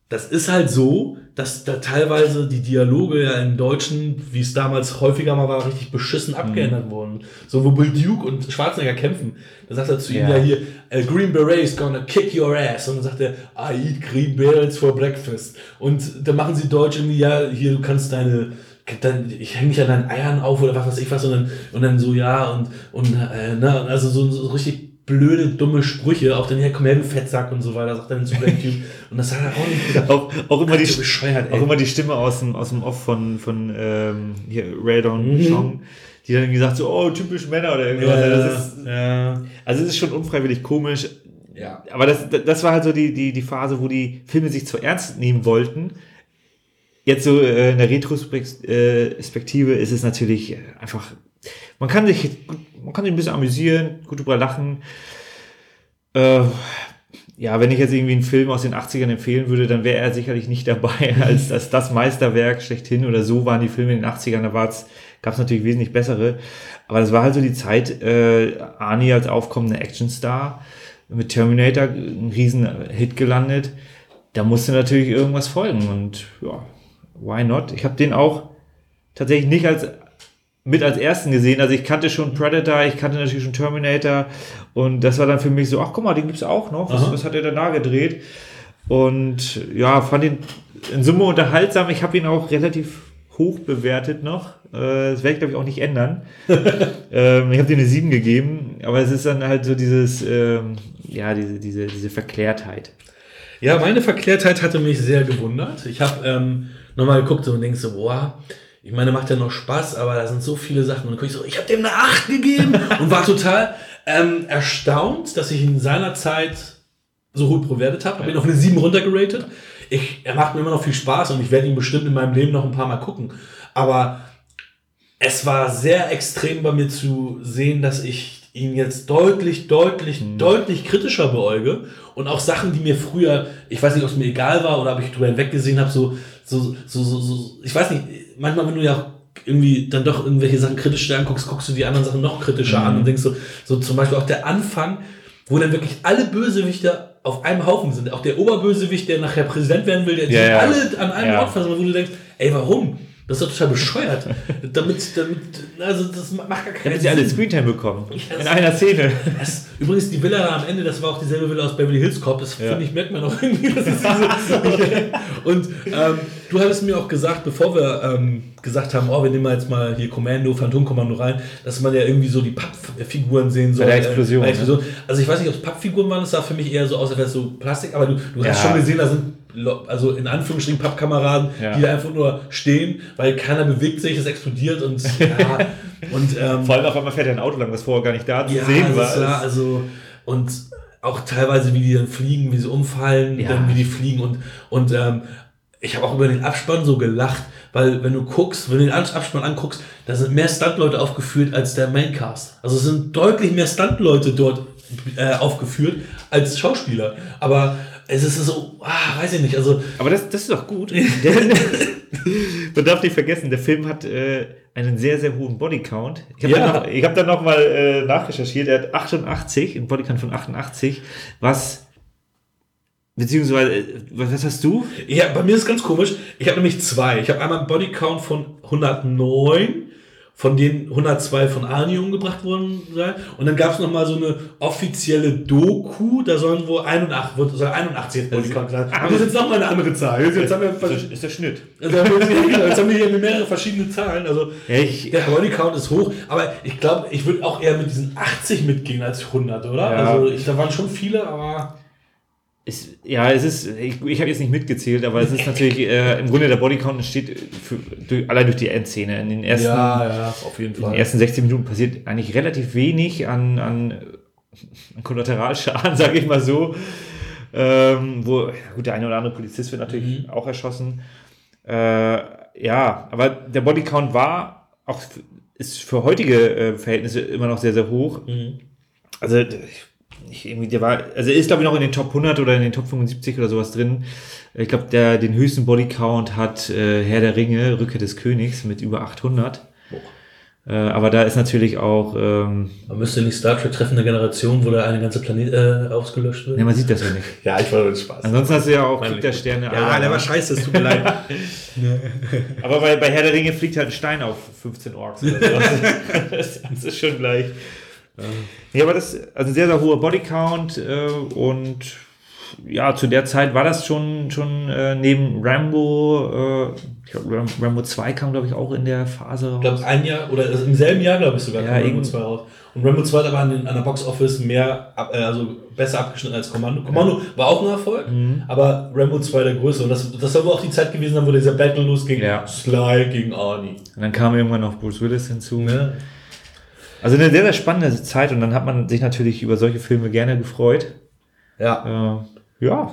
das ist halt so, dass da teilweise die Dialoge ja im Deutschen, wie es damals häufiger mal war, richtig beschissen abgeändert wurden. So, wo Bill Duke und Schwarzenegger kämpfen, da sagt er zu ihm ja hier, "A Green Beret is gonna kick your ass." Und dann sagt er, "I eat green berets for breakfast." Und dann machen sie Deutsch irgendwie, ja, hier, du kannst deine, dann, ich hänge mich an deinen Eiern auf oder was weiß ich was, und dann, und dann so, ja, und, und, äh, ne, also so, so richtig blöde, dumme Sprüche, auch dann, ja, komm her, du Fettsack und so weiter, sagt er dann zu Black Typ. Und das hat er auch nicht gedacht. Auch, auch, immer, die, bescheuert, auch immer die Stimme aus dem, aus dem Off von, von ähm, hier, Radon mhm. Chong, die dann irgendwie sagt so, oh, typisch Männer oder irgendwas. Ja, das ist, ja. Also es ist schon unfreiwillig komisch. Ja. Aber das, das war halt so die, die, die Phase, wo die Filme sich zu ernst nehmen wollten. Jetzt so äh, in der Retrospektive ist es natürlich einfach, man kann sich, man kann sich ein bisschen amüsieren, gut drüber lachen. Äh, ja, wenn ich jetzt irgendwie einen Film aus den achtzigern empfehlen würde, dann wäre er sicherlich nicht dabei als, als das Meisterwerk schlechthin, oder so waren die Filme in den achtzigern, da gab es natürlich wesentlich bessere. Aber das war halt so die Zeit, äh, Arnie als aufkommender Actionstar, mit Terminator ein riesen Hit gelandet. Da musste natürlich irgendwas folgen und ja, why not? Ich habe den auch tatsächlich nicht als mit als ersten gesehen. Also ich kannte schon Predator, ich kannte natürlich schon Terminator, und das war dann für mich so, ach guck mal, den gibt's auch noch. Was, was hat er da gedreht? Und ja, fand ihn in Summe unterhaltsam. Ich habe ihn auch relativ hoch bewertet noch. Das werde ich, glaube ich, auch nicht ändern. ähm, ich habe dir eine sieben gegeben, aber es ist dann halt so dieses, ähm, ja, diese, diese, diese Verklärtheit. Ja, meine Verklärtheit hatte mich sehr gewundert. Ich habe ähm, nochmal geguckt und denkst so, boah, ich meine, macht ja noch Spaß, aber da sind so viele Sachen. Und dann guck ich so, ich habe dem eine acht gegeben und war total ähm, erstaunt, dass ich ihn in seiner Zeit so gut bewertet habe. Habe ihn auf eine sieben runtergeratet. Ich, er macht mir immer noch viel Spaß und ich werde ihn bestimmt in meinem Leben noch ein paar Mal gucken. Aber es war sehr extrem bei mir zu sehen, dass ich ihn jetzt deutlich, deutlich, mhm. deutlich kritischer beäuge. Und auch Sachen, die mir früher, ich weiß nicht, ob es mir egal war oder ob ich drüber hinweggesehen habe, so, so, so, so, so, ich weiß nicht, manchmal, wenn du ja auch irgendwie dann doch irgendwelche Sachen kritisch anguckst, guckst du die anderen Sachen noch kritischer mhm. an und denkst so, so zum Beispiel auch der Anfang, wo dann wirklich alle Bösewichter auf einem Haufen sind. Auch der Oberbösewicht, der nachher Präsident werden will, der ja, ja. alle an einem ja. Ort versammeln, wo du denkst, ey, warum? Das ist doch total bescheuert. damit, damit, also das macht gar keinen Sinn. Hätten sie alle Screentime bekommen. Yes. In einer Szene. Das, übrigens, die Villa da am Ende, das war auch dieselbe Villa aus Beverly Hills Cop. Das ja. finde ich, merkt man auch irgendwie. Das ist diese, und ähm, du hattest mir auch gesagt, bevor wir ähm, gesagt haben, oh, wir nehmen jetzt mal hier Kommando, Phantomkommando rein, dass man ja irgendwie so die Pappfiguren sehen soll. Bei der Explosion. Äh, Explosion. Also ich weiß nicht, ob es Pappfiguren waren, das sah für mich eher so aus, als wäre es so Plastik, aber du, du ja. hast schon gesehen, da sind also in Anführungsstrichen Pappkameraden, ja. die da einfach nur stehen, weil keiner bewegt sich, es explodiert und ja, und ähm, vor allem auf einmal fährt ein Auto lang, was vorher gar nicht da zu ja, sehen war. Klar, also und auch teilweise, wie die dann fliegen, wie sie umfallen, ja. dann wie die fliegen und und ähm, ich habe auch über den Abspann so gelacht, weil wenn du guckst, wenn du den Abspann anguckst, da sind mehr Stuntleute aufgeführt als der Maincast. Also es sind deutlich mehr Stuntleute dort äh, aufgeführt als Schauspieler, aber es ist so, ah, weiß ich nicht, also... Aber das, das ist doch gut. Man darf nicht vergessen, der Film hat äh, einen sehr, sehr hohen Bodycount. Ich habe ja. da noch, hab da noch mal äh, nachrecherchiert, er hat achtundachtzig, einen Bodycount von achtundachtzig, was... Beziehungsweise, was hast du? Ja, bei mir ist es ganz komisch. Ich habe nämlich zwei. Ich habe einmal einen Bodycount von hundertneun, von denen hundertzwei von Arnie umgebracht worden sein. Und dann gab es nochmal so eine offizielle Doku, da sollen wohl einundachtzig, soll einundachtzig jetzt Bodycount sein. Aber das ist jetzt nochmal eine andere Zahl. Jetzt, jetzt haben wir ist, ist der Schnitt. Also, jetzt haben wir hier mehrere verschiedene Zahlen. Also ja, ich, der Bodycount ist hoch, aber ich glaube, ich würde auch eher mit diesen achtzig mitgehen als hundert, oder? Ja. Also ich, da waren schon viele, aber... Es, ja, es ist, ich, ich habe jetzt nicht mitgezählt, aber es ist natürlich, äh, im Grunde der Bodycount entsteht für, durch, allein durch die Endszene. In den ersten, ja, ja, auf jeden Fall. In den ersten sechzehn Minuten passiert eigentlich relativ wenig an, an, an Kollateralschaden, sage ich mal so. Ähm, wo, gut, der eine oder andere Polizist wird natürlich mhm. auch erschossen. Äh, ja, aber der Bodycount war auch, ist für heutige äh, Verhältnisse immer noch sehr, sehr hoch. Mhm. Also, ich, irgendwie, der war, also er ist, glaube ich, noch in den Top hundert oder in den Top fünfundsiebzig oder sowas drin. Ich glaube, der den höchsten Bodycount hat äh, Herr der Ringe, Rückkehr des Königs mit über achthundert. Äh, aber da ist natürlich auch... Ähm, man müsste nicht Star Trek Treffen der Generation, wo da eine ganze Planet äh, ausgelöscht wird. Ne, man sieht das ja nicht. Ja, ich wollte Spaß. Ansonsten hast du ja auch Krieg der Sterne. Ja, der war scheiße, es tut mir leid. Aber bei, bei Herr der Ringe fliegt halt ein Stein auf fünfzehn Orks oder so. das, das ist schon gleich. Ja, ja, aber das also ein sehr, sehr hoher Bodycount äh, und ja, zu der Zeit war das schon, schon äh, neben Rambo, äh, ich glaub, Ram, Rambo zwei kam, glaube ich, auch in der Phase raus. Ich glaube, ein Jahr, oder im selben Jahr, glaube ich, sogar, ja, kam Rambo zwei raus. Und Rambo zwei hat aber an, den, an der Box-Office mehr, äh, also besser abgeschnitten als Kommando. Kommando ja. war auch ein Erfolg, mhm. aber Rambo zwei der größte. Und das, das soll wohl auch die Zeit gewesen sein, wo dieser Battle losging. Ja. Sly gegen Arnie. Und dann kam irgendwann noch Bruce Willis hinzu. Ja. Also eine sehr, sehr spannende Zeit und dann hat man sich natürlich über solche Filme gerne gefreut. Ja. Äh, ja.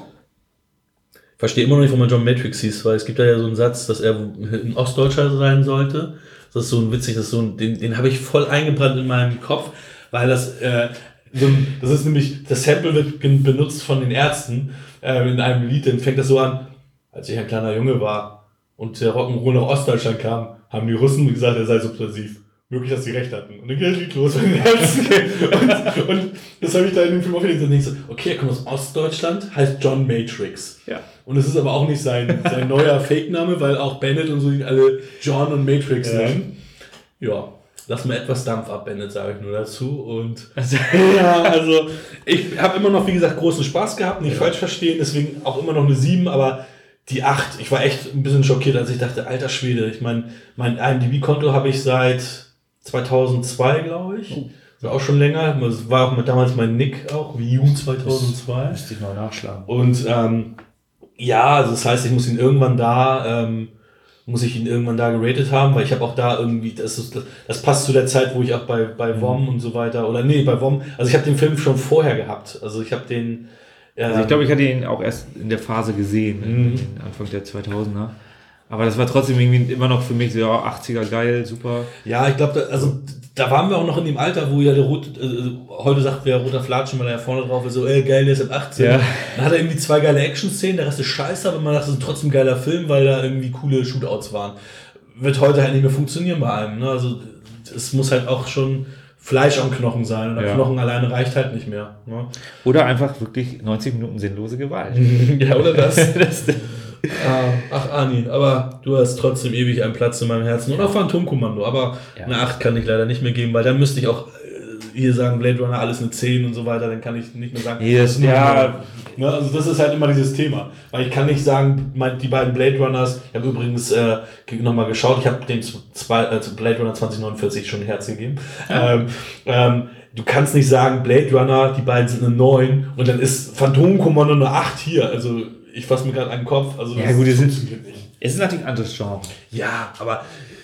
Ich verstehe immer noch nicht, warum man John Matrix hieß, weil es gibt da ja so einen Satz, dass er ein Ostdeutscher sein sollte. Das ist so ein witzig, das ist so ein, den, den habe ich voll eingebrannt in meinem Kopf, weil das, äh, so ein, das ist nämlich, das Sample wird benutzt von den Ärzten äh, in einem Lied, dann fängt das so an, als ich ein kleiner Junge war und der Rock'n'Roll nach Ostdeutschland kam, haben die Russen gesagt, er sei subversiv. Möglich, dass sie recht hatten. Und dann geht das Lied los von den Ärzten. und, und das habe ich da in dem Film auch wieder so, so, okay, er kommt aus Ostdeutschland, heißt John Matrix. Ja. Und es ist aber auch nicht sein, sein neuer Fake-Name, weil auch Bennett und so ihn alle John und Matrix ja. nennen. Ja, lass mal etwas Dampf ab, Bennett, sage ich nur dazu. Und also, ja, also ich habe immer noch, wie gesagt, großen Spaß gehabt, nicht ja. falsch verstehen, deswegen auch immer noch eine sieben, aber die acht, ich war echt ein bisschen schockiert, als ich dachte, alter Schwede, ich meine, mein I M D B-Konto habe ich seit zweitausendzwei, glaube ich. Oh. Das war auch schon länger. Das war auch damals mein Nick auch, wie June zweitausendzwei. Müsste ich mal nachschlagen. Und ähm, ja, also das heißt, ich muss ihn irgendwann da, ähm, muss ich ihn irgendwann da geratet haben, weil ich habe auch da irgendwie, das, ist, das, das passt zu der Zeit, wo ich auch bei, bei V O M mhm. und so weiter, oder nee, bei V O M, also ich habe den Film schon vorher gehabt. Also ich habe den... Ähm, also ich glaube, ich hatte ihn auch erst in der Phase gesehen, mhm. in Anfang der zweitausender. Aber das war trotzdem irgendwie immer noch für mich so, ja, achtziger geil, super. Ja, ich glaube, da, also da waren wir auch noch in dem Alter, wo ja der rote, äh, heute sagt wer roter Flatschen, weil er ja vorne drauf ist, so, ey, geil, der ist ab achtzehn. Ja. Dann hat er irgendwie zwei geile Action-Szenen, der Rest ist scheiße, aber man dachte, das ist trotzdem ein geiler Film, weil da irgendwie coole Shootouts waren. Wird heute halt nicht mehr funktionieren bei einem, ne? Also es muss halt auch schon Fleisch am Knochen sein und der ja. Knochen alleine reicht halt nicht mehr. Ne? Oder einfach wirklich neunzig Minuten sinnlose Gewalt. Ja, oder das. das Ah, ach, Arni, aber du hast trotzdem ewig einen Platz in meinem Herzen. Und auch Phantomkommando, aber ja. eine acht kann ich leider nicht mehr geben, weil dann müsste ich auch hier sagen, Blade Runner alles eine zehn und so weiter, dann kann ich nicht mehr sagen. Yes, ja. Ne, also das ist halt immer dieses Thema. Weil ich kann nicht sagen, mein, die beiden Blade Runners, ich habe übrigens äh, nochmal geschaut, ich habe dem zwei, also Blade Runner zwanzig neunundvierzig schon ein Herz gegeben. Ja. Ähm, ähm, du kannst nicht sagen, Blade Runner, die beiden sind eine neun und dann ist Phantomkommando eine acht hier, also ich fasse mir gerade an den Kopf. Also ja, gut, es ist, es ist natürlich ein anderes Genre. Ja, aber.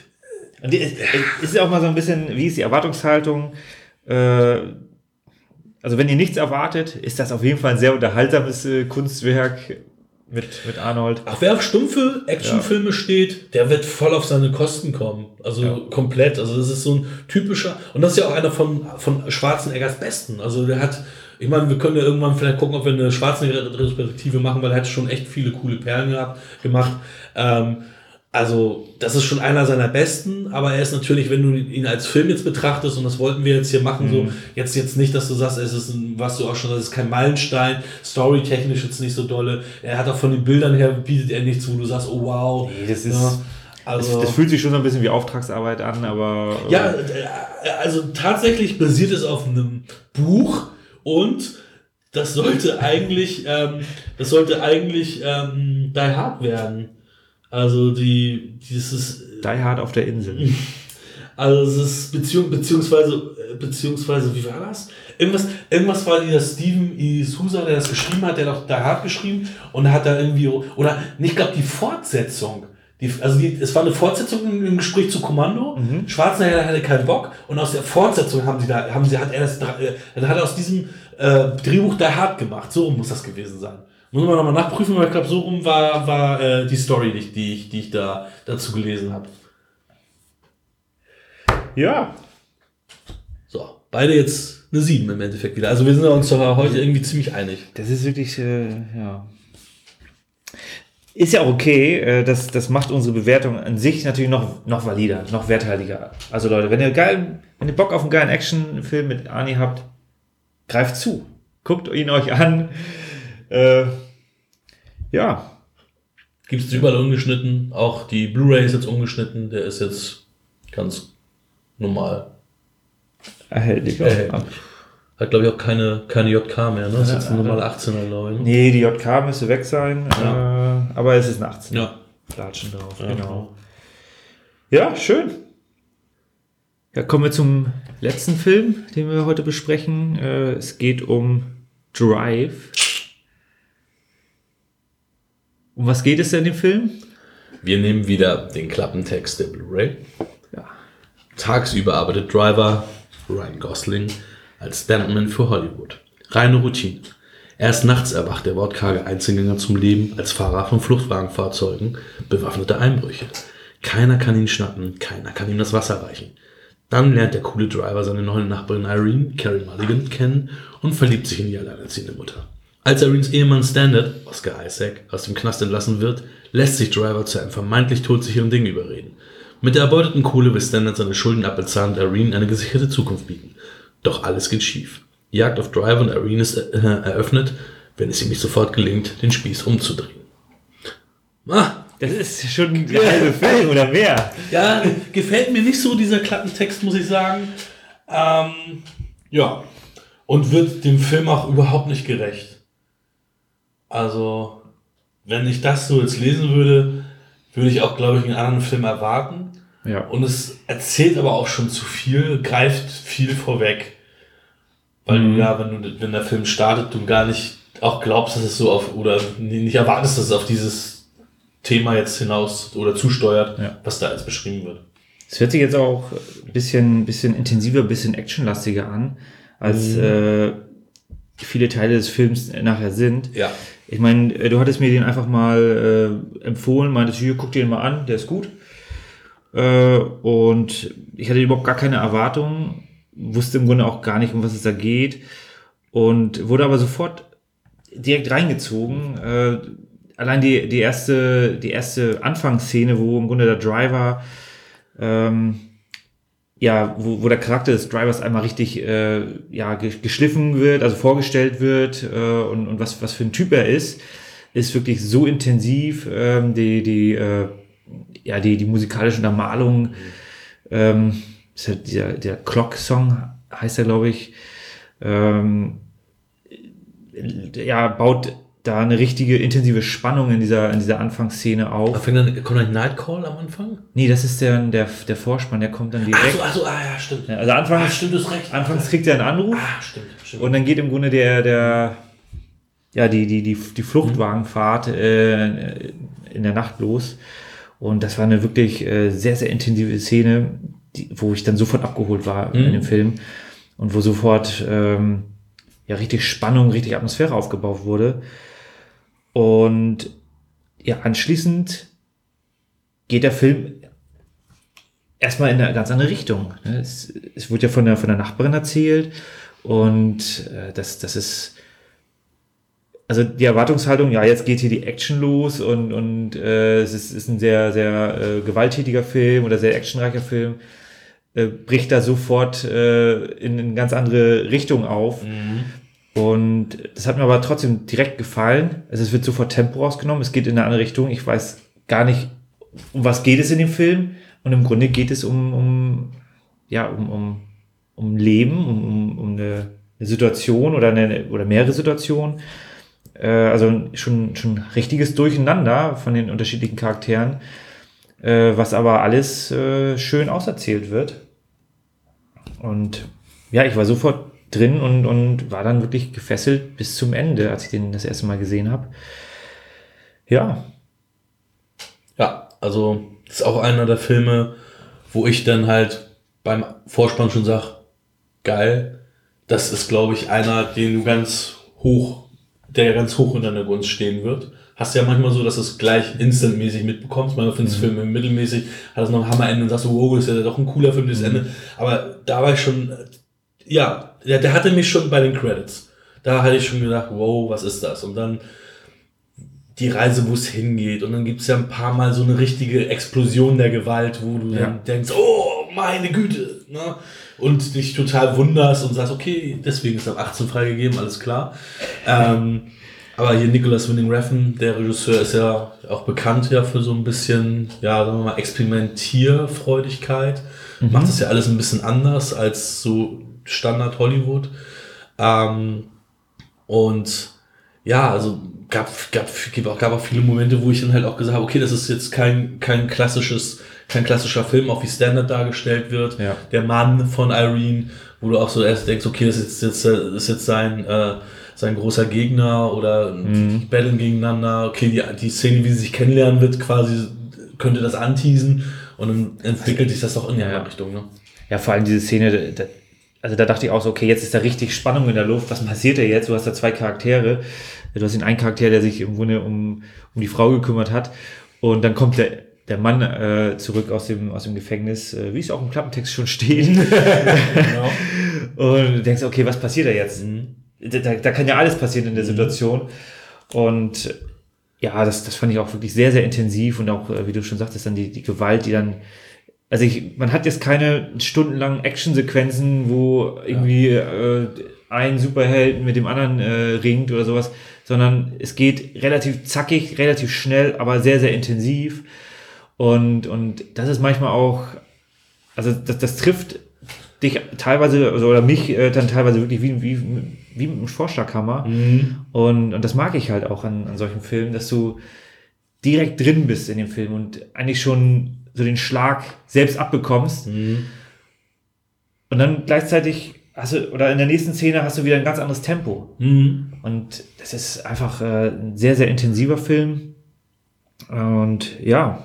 Und es ist ja auch mal so ein bisschen, wie ist die Erwartungshaltung? Äh, also, wenn ihr nichts erwartet, ist das auf jeden Fall ein sehr unterhaltsames äh, Kunstwerk mit, mit Arnold. Ach, wer auf stumpfe Actionfilme ja. steht, der wird voll auf seine Kosten kommen. Also ja. komplett. Also, das ist so ein typischer. Und das ist ja auch einer von, von Schwarzeneggers Besten. Also, der hat. Ich meine, wir können ja irgendwann vielleicht gucken, ob wir eine Schwarzenegger-Retrospektive machen, weil er hat schon echt viele coole Perlen gehabt, gemacht. Ähm, also, das ist schon einer seiner besten, aber er ist natürlich, wenn du ihn als Film jetzt betrachtest, und das wollten wir jetzt hier machen, mhm. so, jetzt, jetzt nicht, dass du sagst, es ist ein, was du auch schon, das ist kein Meilenstein, storytechnisch jetzt nicht so dolle. Er hat auch von den Bildern her, bietet er nichts, wo du sagst, oh wow. Nee, das ist, ja, also, das, das fühlt sich schon so ein bisschen wie Auftragsarbeit an, aber. Ja, also tatsächlich basiert es auf einem Buch, und das sollte eigentlich, ähm, das sollte eigentlich ähm, Die Hard werden. Also die, dieses Die Hard auf der Insel. Also es ist Beziehung, beziehungsweise, beziehungsweise, wie war das? Irgendwas, irgendwas war dieser Steven E. Sousa, der das geschrieben hat, der hat auch Die Hard geschrieben und hat da irgendwie, oder, ich glaube die Fortsetzung. Die, also die, es war eine Fortsetzung im, im Gespräch zu Kommando. Mhm. Schwarzenegger hatte keinen Bock und aus der Fortsetzung haben sie da, haben sie, hat er das, äh, dann hat er aus diesem äh, Drehbuch Die Hard gemacht. So rum muss das gewesen sein. Muss man nochmal nachprüfen, aber ich glaube, so rum war, war äh, die Story, die, die, ich, die ich da dazu gelesen habe. Ja. So, beide jetzt eine sieben im Endeffekt wieder. Also wir sind uns doch heute irgendwie ziemlich einig. Das ist wirklich, äh, ja. ist ja auch okay, äh, das, das macht unsere Bewertung an sich natürlich noch, noch valider, noch werthaltiger. Also Leute, wenn ihr geil, wenn ihr Bock auf einen geilen Actionfilm mit Arnie habt, greift zu. Guckt ihn euch an. Äh, ja. Gibt es überall ungeschnitten. Auch die Blu-ray ist jetzt ungeschnitten. Der ist jetzt ganz normal. Erhältlich. Erhältlich. Hat, glaube ich, auch keine, keine J K mehr. Ne? Das ist jetzt eine normale achtzehner, glaube ich. Nee, die J K müsste weg sein. Ja. Äh, aber es ist ein achtzehn. Ja. Latschen drauf, Ja. genau. Ja, schön. Ja, kommen wir zum letzten Film, den wir heute besprechen. Äh, es geht um Drive. Um was geht es denn in dem Film? Wir nehmen wieder den Klappentext der Blu-ray. Ja. Tagsüber arbeitet Driver, Ryan Gosling, als Stuntman für Hollywood. Reine Routine. Erst nachts erwacht der wortkarge Einzelgänger zum Leben als Fahrer von Fluchtwagenfahrzeugen, bewaffnete Einbrüche. Keiner kann ihn schnappen, keiner kann ihm das Wasser reichen. Dann lernt der coole Driver seine neue Nachbarin Irene, Carey Mulligan, kennen und verliebt sich in die alleinerziehende Mutter. Als Irenes Ehemann Standard, Oscar Isaac, aus dem Knast entlassen wird, lässt sich Driver zu einem vermeintlich todsicheren Ding überreden. Mit der erbeuteten Kohle will Standard seine Schulden abbezahlen und Irene eine gesicherte Zukunft bieten. Doch alles geht schief. Die Jagd auf Driver und Irene ist äh, eröffnet, wenn es ihm nicht sofort gelingt, den Spieß umzudrehen. Ah, das ist schon der halbe Film oder mehr. Ja, gefällt mir nicht so, dieser Klappentext, muss ich sagen. Ähm, ja, und wird dem Film auch überhaupt nicht gerecht. Also, wenn ich das so jetzt lesen würde, würde ich auch, glaube ich, einen anderen Film erwarten. Ja. Und es erzählt aber auch schon zu viel, greift viel vorweg. Weil Mhm. du ja, wenn, du, wenn der Film startet, du gar nicht auch glaubst, dass es so auf, oder nicht erwartest, dass es auf dieses Thema jetzt hinaus oder zusteuert, Ja. was da jetzt beschrieben wird. Es hört sich jetzt auch ein bisschen, bisschen intensiver, ein bisschen actionlastiger an, als Mhm. äh, viele Teile des Films nachher sind. Ja. Ich meine, äh, du hattest mir den einfach mal äh, empfohlen, meintest, hier, guck dir den mal an, der ist gut. Äh, und ich hatte überhaupt gar keine Erwartungen, wusste im Grunde auch gar nicht, um was es da geht und wurde aber sofort direkt reingezogen. Äh, allein die, die erste, die erste Anfangsszene, wo im Grunde der Driver, ähm, ja, wo, wo der Charakter des Drivers einmal richtig äh, ja, ge- geschliffen wird, also vorgestellt wird äh, und, und was, was für ein Typ er ist, ist wirklich so intensiv. Ähm, die, die, äh, ja, die, die musikalische Untermalung, ähm, ist ja dieser, der Clock-Song heißt er, glaube ich, ähm, ja, baut da eine richtige intensive Spannung in dieser, in dieser Anfangsszene auf. Fängt dann, kommt dann Nightcall am Anfang? Nee, das ist der, der, der Vorspann, der kommt dann direkt. Ach so, ach so, ah ja, stimmt. Ja, also anfangs, Ah, stimmt, du hast recht. anfangs kriegt er einen Anruf Ah, stimmt, stimmt. und dann geht im Grunde der, der, ja, die, die, die, die Fluchtwagenfahrt äh, in der Nacht los. Und das war eine wirklich äh, sehr, sehr intensive Szene, die, wo ich dann sofort abgeholt war Mhm. in dem Film und wo sofort ähm, ja richtig Spannung, richtig Atmosphäre aufgebaut wurde. Und ja, anschließend geht der Film erstmal in eine ganz andere Richtung. ne? Es, es wird ja von der, von der Nachbarin erzählt und äh, das, das ist also die Erwartungshaltung, ja, jetzt geht hier die Action los und, und äh, es ist, ist ein sehr, sehr äh, gewalttätiger Film oder sehr actionreicher Film, äh, bricht da sofort äh, in eine ganz andere Richtung auf. Und das hat mir aber trotzdem direkt gefallen. Also es wird sofort Tempo rausgenommen, es geht in eine andere Richtung. Ich weiß gar nicht, um was geht es in dem Film. Und im Grunde geht es um, um ja, um, um, um Leben, um, um, um eine, eine Situation oder, eine, oder mehrere Situationen. Also schon, schon richtiges Durcheinander von den unterschiedlichen Charakteren, äh, was aber alles äh, schön auserzählt wird. Und ja, ich war sofort drin und, und war dann wirklich gefesselt bis zum Ende, als ich den das erste Mal gesehen habe. Ja. Ja, also das ist auch einer der Filme, wo ich dann halt beim Vorspann schon sage, geil, das ist, glaube ich, einer, den du ganz hoch, der ganz hoch in deiner Gunst stehen wird. Hast ja manchmal so, dass du es gleich instantmäßig mitbekommst. Manchmal findest du Filme mittelmäßig, hat es noch ein Hammerende und sagst du, wow, ist ja doch ein cooler Film, das Ende. Aber da war ich schon, ja, der, der hatte mich schon bei den Credits. Da hatte ich schon gedacht, wow, was ist das? Und dann die Reise, wo es hingeht. Und dann gibt es ja ein paar Mal so eine richtige Explosion der Gewalt, wo du ja. dann denkst, oh, meine Güte. Ne? Und dich total wunderst und sagst, okay, deswegen ist ab achtzehn freigegeben, alles klar. Ähm, aber hier Nicholas Winding Refn, der Regisseur, ist ja auch bekannt ja für so ein bisschen, ja, sagen wir mal, Experimentierfreudigkeit. Mhm. Macht das ja alles ein bisschen anders als so Standard Hollywood. Ähm, und ja, also gab, gab, gab auch viele Momente, wo ich dann halt auch gesagt habe, okay, das ist jetzt kein, kein klassisches, kein klassischer Film, auch wie Standard dargestellt wird. Ja. Der Mann von Irene, wo du auch so erst denkst, okay, das ist jetzt, das ist jetzt sein, äh, sein großer Gegner oder mhm. die battlen gegeneinander. Okay, die, die Szene, wie sie sich kennenlernen wird, quasi könnte das anteasen und dann entwickelt sich das auch in die andere Richtung. Ne? Ja, vor allem diese Szene, da, also da dachte ich auch so, okay, jetzt ist da richtig Spannung in der Luft. Was passiert da jetzt? Du hast da zwei Charaktere. Du hast den einen Charakter, der sich im Grunde um, um die Frau gekümmert hat. Und dann kommt der, der Mann äh, zurück aus dem, aus dem Gefängnis, äh, wie es auch im Klappentext schon steht. Genau. Und du denkst, okay, was passiert da jetzt? Mhm. Da, da kann ja alles passieren in der Situation. Und ja, das, das fand ich auch wirklich sehr, sehr intensiv. Und auch, wie du schon sagtest, dann die, die Gewalt, die dann, also ich, man hat jetzt keine stundenlangen Actionsequenzen, wo irgendwie ja. äh, ein Superheld mit dem anderen äh, ringt oder sowas, sondern es geht relativ zackig, relativ schnell, aber sehr, sehr intensiv. Und, und das ist manchmal auch, also das, das trifft dich teilweise, also, oder mich äh, dann teilweise wirklich wie, wie, wie mit einem Vorschlaghammer. Mhm. Und, und das mag ich halt auch an, an solchen Filmen, dass du direkt drin bist in dem Film und eigentlich schon so den Schlag selbst abbekommst. Mhm. Und dann gleichzeitig hast du, oder in der nächsten Szene hast du wieder ein ganz anderes Tempo. Mhm. Und das ist einfach äh, ein sehr, sehr intensiver Film. Und ja.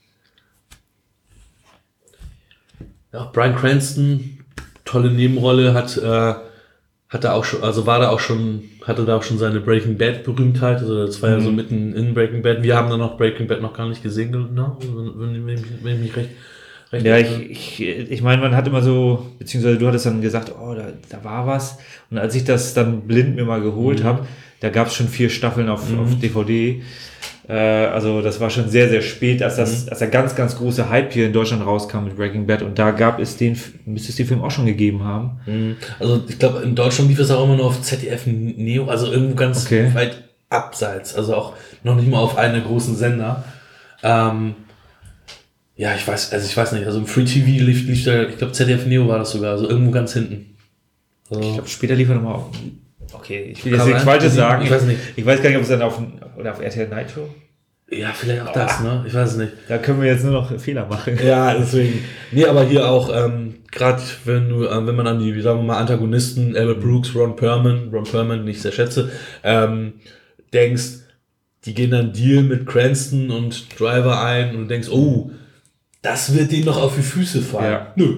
Ja, Bryan Cranston, tolle Nebenrolle, hat, äh, hat er auch schon, also war da auch schon, hatte da auch schon seine Breaking Bad Berühmtheit, also das war mhm. ja so mitten in Breaking Bad. Wir haben da noch Breaking Bad noch gar nicht gesehen, ne? wenn, wenn, wenn ich mich recht, recht Ja, ich, ich, ich meine, man hat immer so, beziehungsweise du hattest dann gesagt, oh, da, da war was. Und als ich das dann blind mir mal geholt mhm. habe, da gab es schon vier Staffeln auf, mhm. auf D V D. Äh, also das war schon sehr, sehr spät, als, das, mhm. als der ganz, ganz große Hype hier in Deutschland rauskam mit Breaking Bad. Und da gab es den, müsste es den Film auch schon gegeben haben. Mhm. Also ich glaube, in Deutschland lief es auch immer nur auf Z D F Neo, also irgendwo ganz okay. weit abseits. Also auch noch nicht mal auf einen der großen Sender. Ähm, ja, ich weiß, also ich weiß nicht, also im Free T V lief, lief da, ich glaube Z D F Neo war das sogar, also irgendwo ganz hinten. Also ich glaube, später lief er nochmal auf. Okay, ich will jetzt nichts Falsches sagen. Ich weiß nicht. Ich weiß gar nicht, ob es dann auf, oder auf R T L Nitro. Ja, vielleicht auch oh. das, ne? Ich weiß es nicht. Da können wir jetzt nur noch Fehler machen. Ja, deswegen. Nee, aber hier auch, ähm, gerade wenn du, äh, wenn man an die, wie sagen wir mal, Antagonisten, Albert Brooks, Ron Perlman, Ron Perlman, den ich sehr schätze, ähm, denkst, die gehen dann Deal mit Cranston und Driver ein und du denkst, oh, das wird denen noch auf die Füße fallen. Ja. Nö.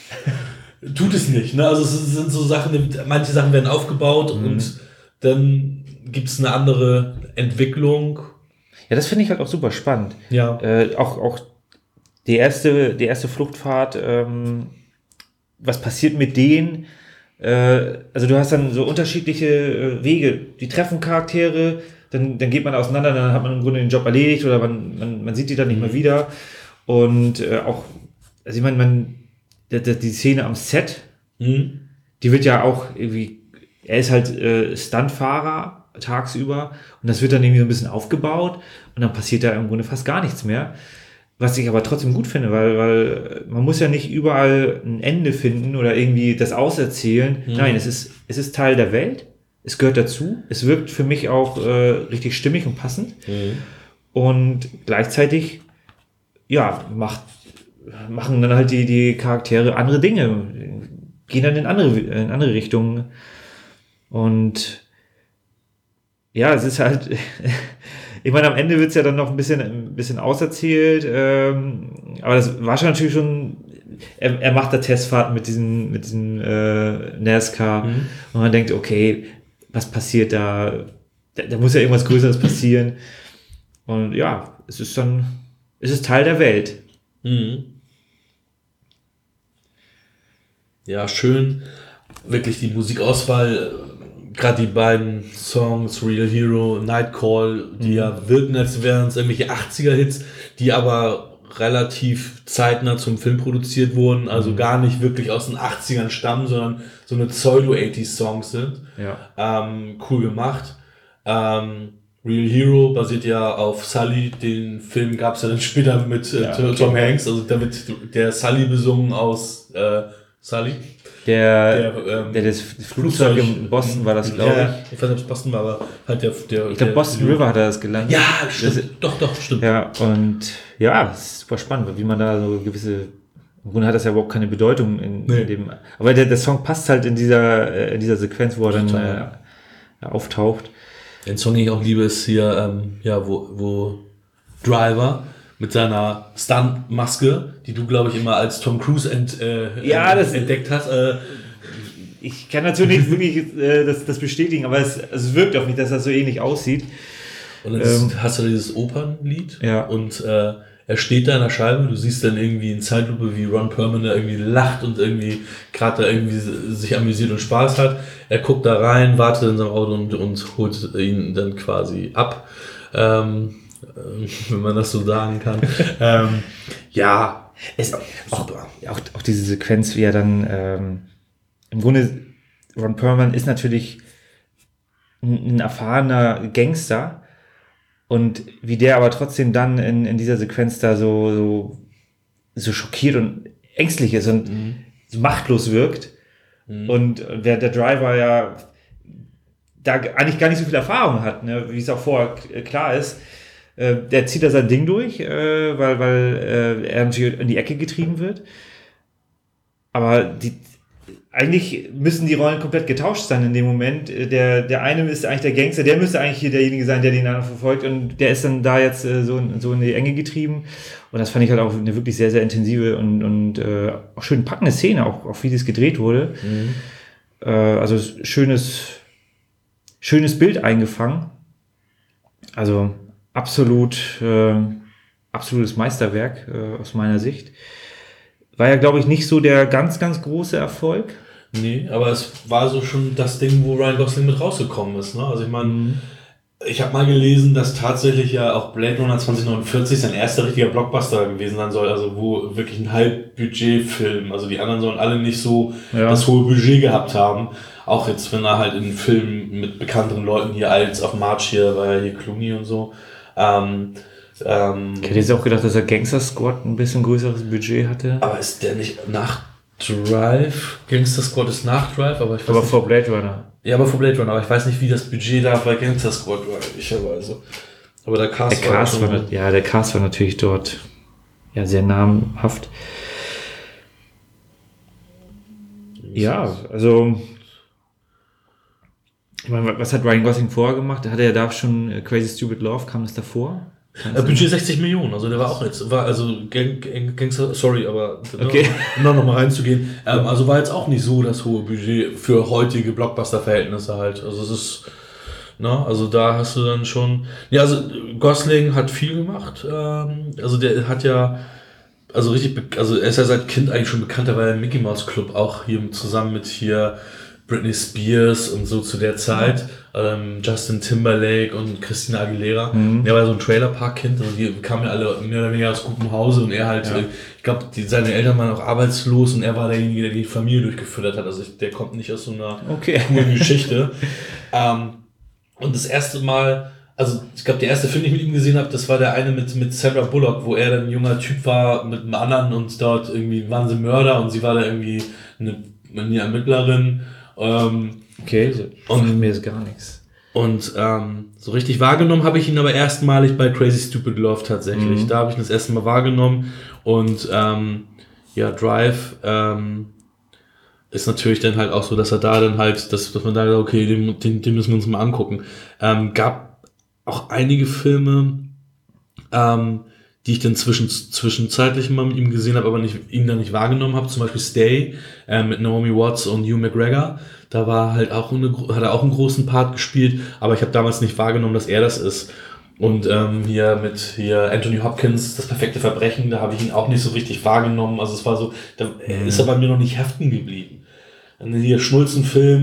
Tut es nicht, ne? Also es sind so Sachen, manche Sachen werden aufgebaut mhm. und dann gibt es eine andere Entwicklung. Ja, das finde ich halt auch super spannend. Ja. Äh, auch, auch die erste, die erste Fluchtfahrt, ähm, was passiert mit denen? Äh, also du hast dann so unterschiedliche äh, Wege. Die treffen Charaktere, dann, dann geht man auseinander, dann hat man im Grunde den Job erledigt oder man, man, man sieht die dann nicht mhm. mehr wieder. Und äh, auch, also ich meine, man die Szene am Set, mhm. die wird ja auch irgendwie, er ist halt äh, Stuntfahrer tagsüber und das wird dann irgendwie so ein bisschen aufgebaut und dann passiert da im Grunde fast gar nichts mehr. Was ich aber trotzdem gut finde, weil, weil man muss ja nicht überall ein Ende finden oder irgendwie das auserzählen. Mhm. Nein, es ist, es ist Teil der Welt, es gehört dazu, es wirkt für mich auch äh, richtig stimmig und passend mhm. und gleichzeitig, ja, macht machen dann halt die, die Charaktere andere Dinge, gehen dann in andere, in andere Richtungen. Und ja, es ist halt, ich meine, am Ende wird es ja dann noch ein bisschen, ein bisschen auserzählt, ähm, aber das war schon natürlich schon, er, er macht da Testfahrten mit diesem, mit diesem äh, NASCAR mhm. und man denkt, okay, was passiert da? da? Da muss ja irgendwas Größeres passieren. Und ja, es ist dann, es ist Teil der Welt. Mhm. Ja, schön. Wirklich die Musikauswahl gerade die beiden Songs, Real Hero, Nightcall, die mhm. ja wirken, als wären es irgendwelche achtziger-Hits, die aber relativ zeitnah zum Film produziert wurden, also mhm. gar nicht wirklich aus den achtzigern stammen, sondern so eine Pseudo-achtziger-Songs sind. Ja. Ähm, cool gemacht. Ähm, Real Hero basiert ja auf Sully, den Film gab es ja dann später mit äh, ja, okay. Tom Hanks, also damit der Sully besungen aus äh, Sully. Der, der, ähm, der das Flugzeug, Flugzeug in Boston war das, glaube ja, ich. Ich weiß nicht, ob es Boston war, aber halt der... der ich glaube, Boston River hat er das gelandet. Ja, stimmt. Das, doch, doch, stimmt. Ja, und ja, das ist super spannend, wie man da so gewisse... Im Grunde hat das ja überhaupt keine Bedeutung in, nee. in dem... Aber der, der Song passt halt in dieser, in dieser Sequenz, wo er dann äh, auftaucht. Den Song, den ich auch liebe, ist hier, ähm, ja, wo, wo Driver... mit seiner Stunt-Maske, die du, glaube ich, immer als Tom Cruise ent, äh, ja, das, entdeckt hast. Äh, ich kann natürlich nicht wirklich äh, das, das bestätigen, aber es, es wirkt auf mich, dass das so ähnlich aussieht. Und jetzt ähm, hast du dieses Opernlied ja. und äh, er steht da in der Scheibe, du siehst dann irgendwie in Zeitlupe, wie Ron Perlman da irgendwie lacht und irgendwie gerade da irgendwie sich amüsiert und Spaß hat. Er guckt da rein, wartet in seinem Auto und, und holt ihn dann quasi ab. Ähm, wenn man das so sagen kann. ähm, ja, es, auch, auch, auch diese Sequenz, wie er dann ähm, im Grunde, Ron Perlman ist natürlich ein, ein erfahrener Gangster und wie der aber trotzdem dann in, in dieser Sequenz da so, so, so schockiert und ängstlich ist und mhm. so machtlos wirkt mhm. und der, der Driver ja da eigentlich gar nicht so viel Erfahrung hat, ne, wie es auch vorher klar ist. Äh, der zieht da sein Ding durch, äh, weil, weil äh, er natürlich in die Ecke getrieben wird. Aber die, eigentlich müssen die Rollen komplett getauscht sein in dem Moment. Der, der eine ist eigentlich der Gangster, der müsste eigentlich hier derjenige sein, der den anderen verfolgt. Und der ist dann da jetzt äh, so, so in die Enge getrieben. Und das fand ich halt auch eine wirklich sehr, sehr intensive und, und äh, auch schön packende Szene, auch, auch wie das gedreht wurde. Mhm. Äh, also schönes, schönes Bild eingefangen. Also Absolut, äh, absolutes Meisterwerk äh, aus meiner Sicht. War ja, glaube ich, nicht so der ganz, ganz große Erfolg. Nee, aber es war so schon das Ding, wo Ryan Gosling mit rausgekommen ist. Ne? Also ich meine, mhm. ich habe mal gelesen, dass tatsächlich ja auch Blade Runner zwanzig neunundvierzig sein erster richtiger Blockbuster gewesen sein soll. Also wo wirklich ein Halbbudgetfilm, also die anderen sollen alle nicht so ja. das hohe Budget gehabt haben. Auch jetzt, wenn er halt in Filmen mit bekannteren Leuten hier als auf March hier, war ja hier Clooney und so. Ähm, ähm, ich hätte jetzt auch gedacht, dass der Gangster Squad ein bisschen größeres Budget hatte. Aber ist der nicht nach Drive? Gangster Squad ist nach Drive, aber ich weiß aber nicht. vor Blade Runner. Ja, aber vor Blade Runner, aber ich weiß nicht, wie das Budget da bei Gangster Squad war, ehrlicherweise. Aber der Cast, der Cast war, war ja, der Cast war natürlich dort ja sehr namhaft. Ja, also ich meine, was hat Ryan Gosling vorher gemacht? Hat er ja da schon äh, Crazy Stupid Love, kam das davor? Äh, Budget sechzig Millionen, also der war auch jetzt, war also Gang, Gang, Gangster, sorry, aber okay. um noch mal reinzugehen, ähm, also war jetzt auch nicht so das hohe Budget für heutige Blockbuster-Verhältnisse halt, also es ist, ne, also da hast du dann schon, ja, also Gosling hat viel gemacht, ähm, also der hat ja, also richtig, also er ist ja seit Kind eigentlich schon bekannt, der war ja im Mickey Mouse Club auch hier zusammen mit hier Britney Spears und so zu der Zeit, ähm, Justin Timberlake und Christina Aguilera. Mhm. Der war so ein Trailerpark-Kind, also die kamen ja alle mehr oder weniger aus gutem Hause und er halt, ja. ich glaube, seine Eltern waren auch arbeitslos und er war derjenige, der die Familie durchgefüttert hat. Also ich, der kommt nicht aus so einer okay. coolen Geschichte. ähm, und das erste Mal, also ich glaube, der erste Film, den ich mit ihm gesehen habe, das war der eine mit, mit Sandra Bullock, wo er dann ein junger Typ war mit einem anderen und dort irgendwie waren sie Mörder und sie war da irgendwie eine, eine Ermittlerin. Ähm, okay, und mir ist gar nichts. Und ähm, so richtig wahrgenommen habe ich ihn aber erstmalig bei Crazy Stupid Love tatsächlich. Mhm. Da habe ich ihn das erste Mal wahrgenommen. Und ähm, ja, Drive ähm, ist natürlich dann halt auch so, dass er da dann halt, dass, dass man da sagt, okay, den, den, den müssen wir uns mal angucken. Ähm, gab auch einige Filme, ähm, die ich dann zwischen, zwischenzeitlich mal mit ihm gesehen habe, aber nicht, ihn dann nicht wahrgenommen habe. Zum Beispiel Stay äh, mit Naomi Watts und Hugh McGregor. Da war halt auch eine, hat er auch einen großen Part gespielt, aber ich habe damals nicht wahrgenommen, dass er das ist. Und ähm, hier mit hier Anthony Hopkins, Das perfekte Verbrechen, da habe ich ihn auch nicht so richtig wahrgenommen. Also es war so, da mhm. ist er bei mir noch nicht haften geblieben. Dann hier Schnulzenfilm,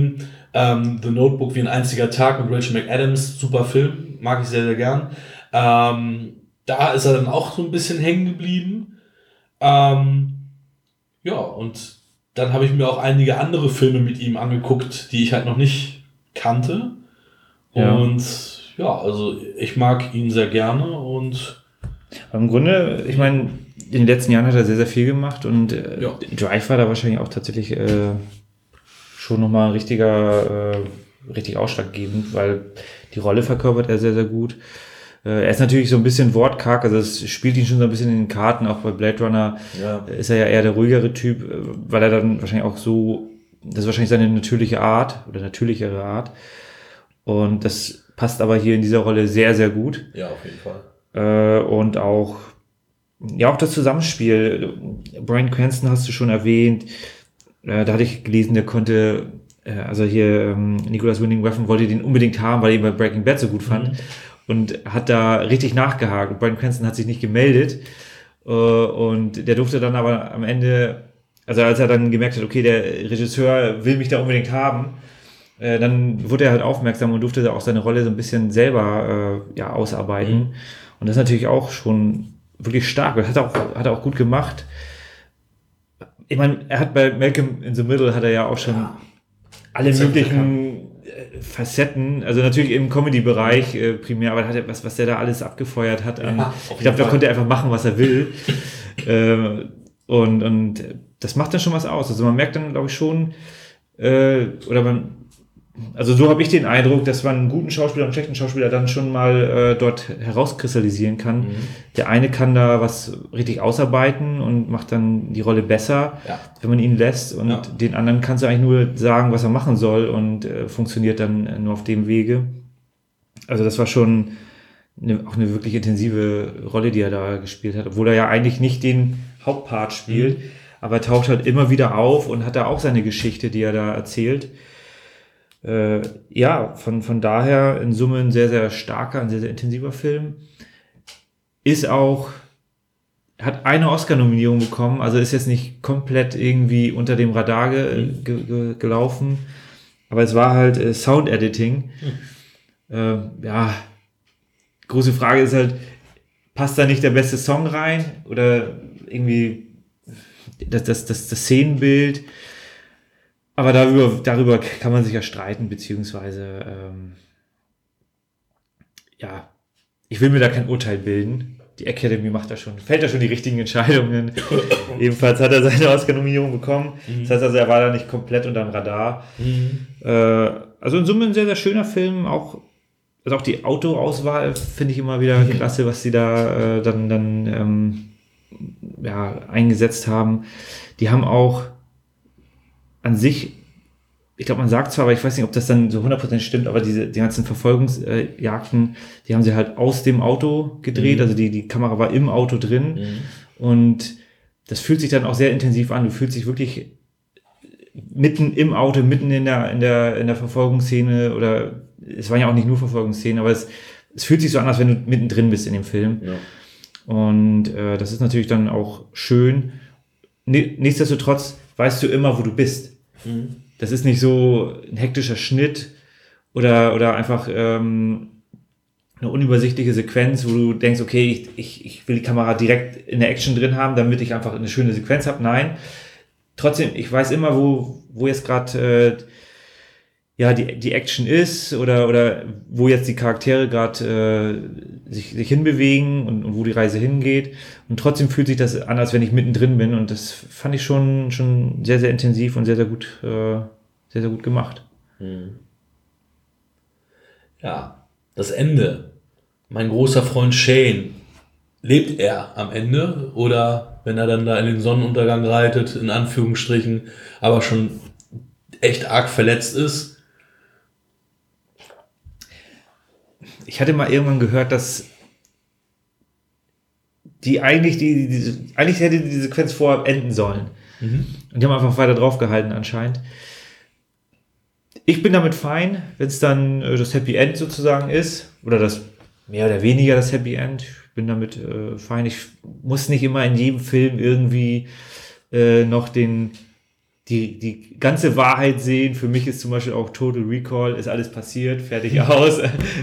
Ähm, The Notebook wie ein einziger Tag mit Rachel McAdams, super Film, mag ich sehr, sehr gern. Ähm, da ist er dann auch so ein bisschen hängen geblieben. Ähm, ja, und dann habe ich mir auch einige andere Filme mit ihm angeguckt, die ich halt noch nicht kannte. Ja. Und ja, also ich mag ihn sehr gerne und Im Grunde, ich meine, in den letzten Jahren hat er sehr, sehr viel gemacht und äh, Ja. Drive war da wahrscheinlich auch tatsächlich äh, schon nochmal ein richtiger, äh, richtig ausschlaggebend, weil die Rolle verkörpert er sehr, sehr gut. Äh, er ist natürlich so ein bisschen wortkarg, also es spielt ihn schon so ein bisschen in den Karten, auch bei Blade Runner ja. ist er ja eher der ruhigere Typ, äh, weil er dann wahrscheinlich auch so, das ist wahrscheinlich seine natürliche Art oder natürlichere Art und das passt aber hier in dieser Rolle sehr, sehr gut. Ja, auf jeden Fall. Äh, und auch, ja, auch das Zusammenspiel. Bryan Cranston hast du schon erwähnt. Äh, da hatte ich gelesen, der konnte, äh, also hier ähm, Nicolas Winding Refn wollte den unbedingt haben, weil er ihn bei Breaking Bad so gut fand. Mhm. Und hat da richtig nachgehakt. Und Bryan Cranston hat sich nicht gemeldet. Äh, und der durfte dann aber am Ende, also als er dann gemerkt hat, okay, der Regisseur will mich da unbedingt haben, äh, dann wurde er halt aufmerksam und durfte auch seine Rolle so ein bisschen selber äh, ja, ausarbeiten. Mhm. Und das ist natürlich auch schon wirklich stark. Das hat er auch, hat er auch gut gemacht. Ich meine, er hat bei Malcolm in the Middle hat er ja auch schon ja. alle möglichen Facetten, also natürlich im Comedy-Bereich äh, primär, aber hat er, was, was der da alles abgefeuert hat. An, ja, ich glaube, da konnte er einfach machen, was er will. äh, und, und das macht dann schon was aus. Also man merkt dann, glaube ich, schon, äh, oder man, also so habe ich den Eindruck, dass man einen guten Schauspieler und einen schlechten Schauspieler dann schon mal äh, dort herauskristallisieren kann. Mhm. Der eine kann da was richtig ausarbeiten und macht dann die Rolle besser, ja. wenn man ihn lässt. Und ja. den anderen kannst du eigentlich nur sagen, was er machen soll und äh, funktioniert dann äh, nur auf dem Wege. Also das war schon eine, auch eine wirklich intensive Rolle, die er da gespielt hat, obwohl er ja eigentlich nicht den Hauptpart spielt, mhm. aber er taucht halt immer wieder auf und hat da auch seine Geschichte, die er da erzählt. Äh, ja, von, von daher in Summe ein sehr, sehr starker, ein sehr, sehr intensiver Film. Ist auch, hat eine Oscar-Nominierung bekommen, also ist jetzt nicht komplett irgendwie unter dem Radar ge, ge, ge, gelaufen, aber es war halt äh, Sound-Editing. Mhm. Äh, ja, große Frage ist halt, passt da nicht der beste Song rein oder irgendwie das, das, das, das Szenenbild? Aber darüber, darüber kann man sich ja streiten, beziehungsweise, ähm, ja, ich will mir da kein Urteil bilden. Die Academy macht da schon, fällt da schon die richtigen Entscheidungen. Ebenfalls hat er seine Oscar-Nominierung bekommen. Mhm. Das heißt also, er war da nicht komplett unterm Radar. Mhm. Äh, also in Summe ein sehr, sehr schöner Film. Auch, also auch die Autoauswahl finde ich immer wieder mhm. klasse, was sie da äh, dann, dann ähm, ja, eingesetzt haben. Die haben auch an sich, ich glaube, man sagt zwar, aber ich weiß nicht, ob das dann so hundert Prozent stimmt, aber diese die ganzen Verfolgungsjagden, die haben sie halt aus dem Auto gedreht, mhm. also die, die Kamera war im Auto drin mhm. und das fühlt sich dann auch sehr intensiv an. Du fühlst dich wirklich mitten im Auto, mitten in der, in der, in der Verfolgungsszene oder es waren ja auch nicht nur Verfolgungsszenen, aber es, es fühlt sich so an, als wenn du mittendrin bist in dem Film. Ja. Und äh, das ist natürlich dann auch schön. Nichtsdestotrotz weißt du immer, wo du bist. Mhm. Das ist nicht so ein hektischer Schnitt oder, oder einfach ähm, eine unübersichtliche Sequenz, wo du denkst, okay, ich, ich, ich will die Kamera direkt in der Action drin haben, damit ich einfach eine schöne Sequenz habe. Nein, trotzdem, ich weiß immer, wo, wo jetzt gerade äh, ja, die, die Action ist oder, oder wo jetzt die Charaktere gerade äh, sich, sich hinbewegen und, und wo die Reise hingeht. Und trotzdem fühlt sich das an, als wenn ich mittendrin bin. Und das fand ich schon, schon sehr, sehr intensiv und sehr, sehr gut, äh, sehr, sehr gut gemacht. Ja, das Ende. Mein großer Freund Shane, lebt er am Ende? Oder wenn er dann da in den Sonnenuntergang reitet, in Anführungsstrichen, aber schon echt arg verletzt ist? Ich hatte mal irgendwann gehört, dass die eigentlich die, die eigentlich hätte die Sequenz vorher enden sollen. Mhm. Und die haben einfach weiter drauf gehalten anscheinend. Ich bin damit fein, wenn es dann äh, das Happy End sozusagen ist. Oder das mehr oder weniger das Happy End. Ich bin damit äh, fein. Ich muss nicht immer in jedem Film irgendwie äh, noch den die, die ganze Wahrheit sehen. Für mich ist zum Beispiel auch Total Recall, ist alles passiert, fertig aus.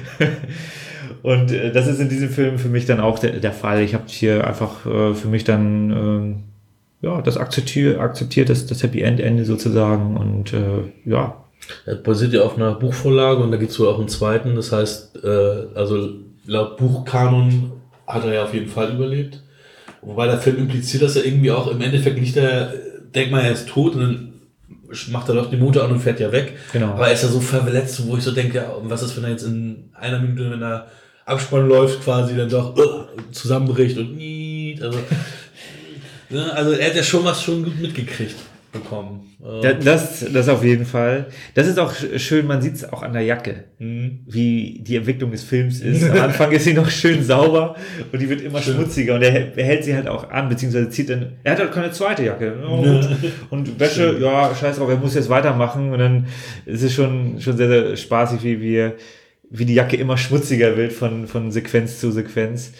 Und äh, das ist in diesem Film für mich dann auch der, der Fall. Ich habe hier einfach äh, für mich dann ähm, ja, das akzeptiert, akzeptiert das, das Happy End Ende sozusagen und äh, ja. Das basiert ja auf einer Buchvorlage und da gibt es wohl auch einen zweiten. Das heißt, äh, also laut Buchkanon hat er ja auf jeden Fall überlebt. Wobei der Film impliziert das ja irgendwie auch. Im Endeffekt liegt er, denkt man, er ist tot und dann macht er doch den Motor an und fährt ja weg. Genau. Aber er ist ja so verletzt, wo ich so denke, ja, was ist, wenn er jetzt in einer Minute, wenn er Abspann läuft, quasi dann doch uh, zusammenbricht und niet. Also, ne, also er hat ja schon was schon gut mitgekriegt bekommen. Das, das auf jeden Fall. Das ist auch schön, man sieht es auch an der Jacke, mhm. wie die Entwicklung des Films ist. Am Anfang ist sie noch schön sauber und die wird immer schön schmutziger und er, er hält sie halt auch an, beziehungsweise zieht dann, er hat halt keine zweite Jacke. Oh, und, und Wäsche, schön. Ja, scheiß drauf, er muss jetzt weitermachen und dann ist es schon, schon sehr, sehr spaßig, wie wir, wie die Jacke immer schmutziger wird von, von Sequenz zu Sequenz.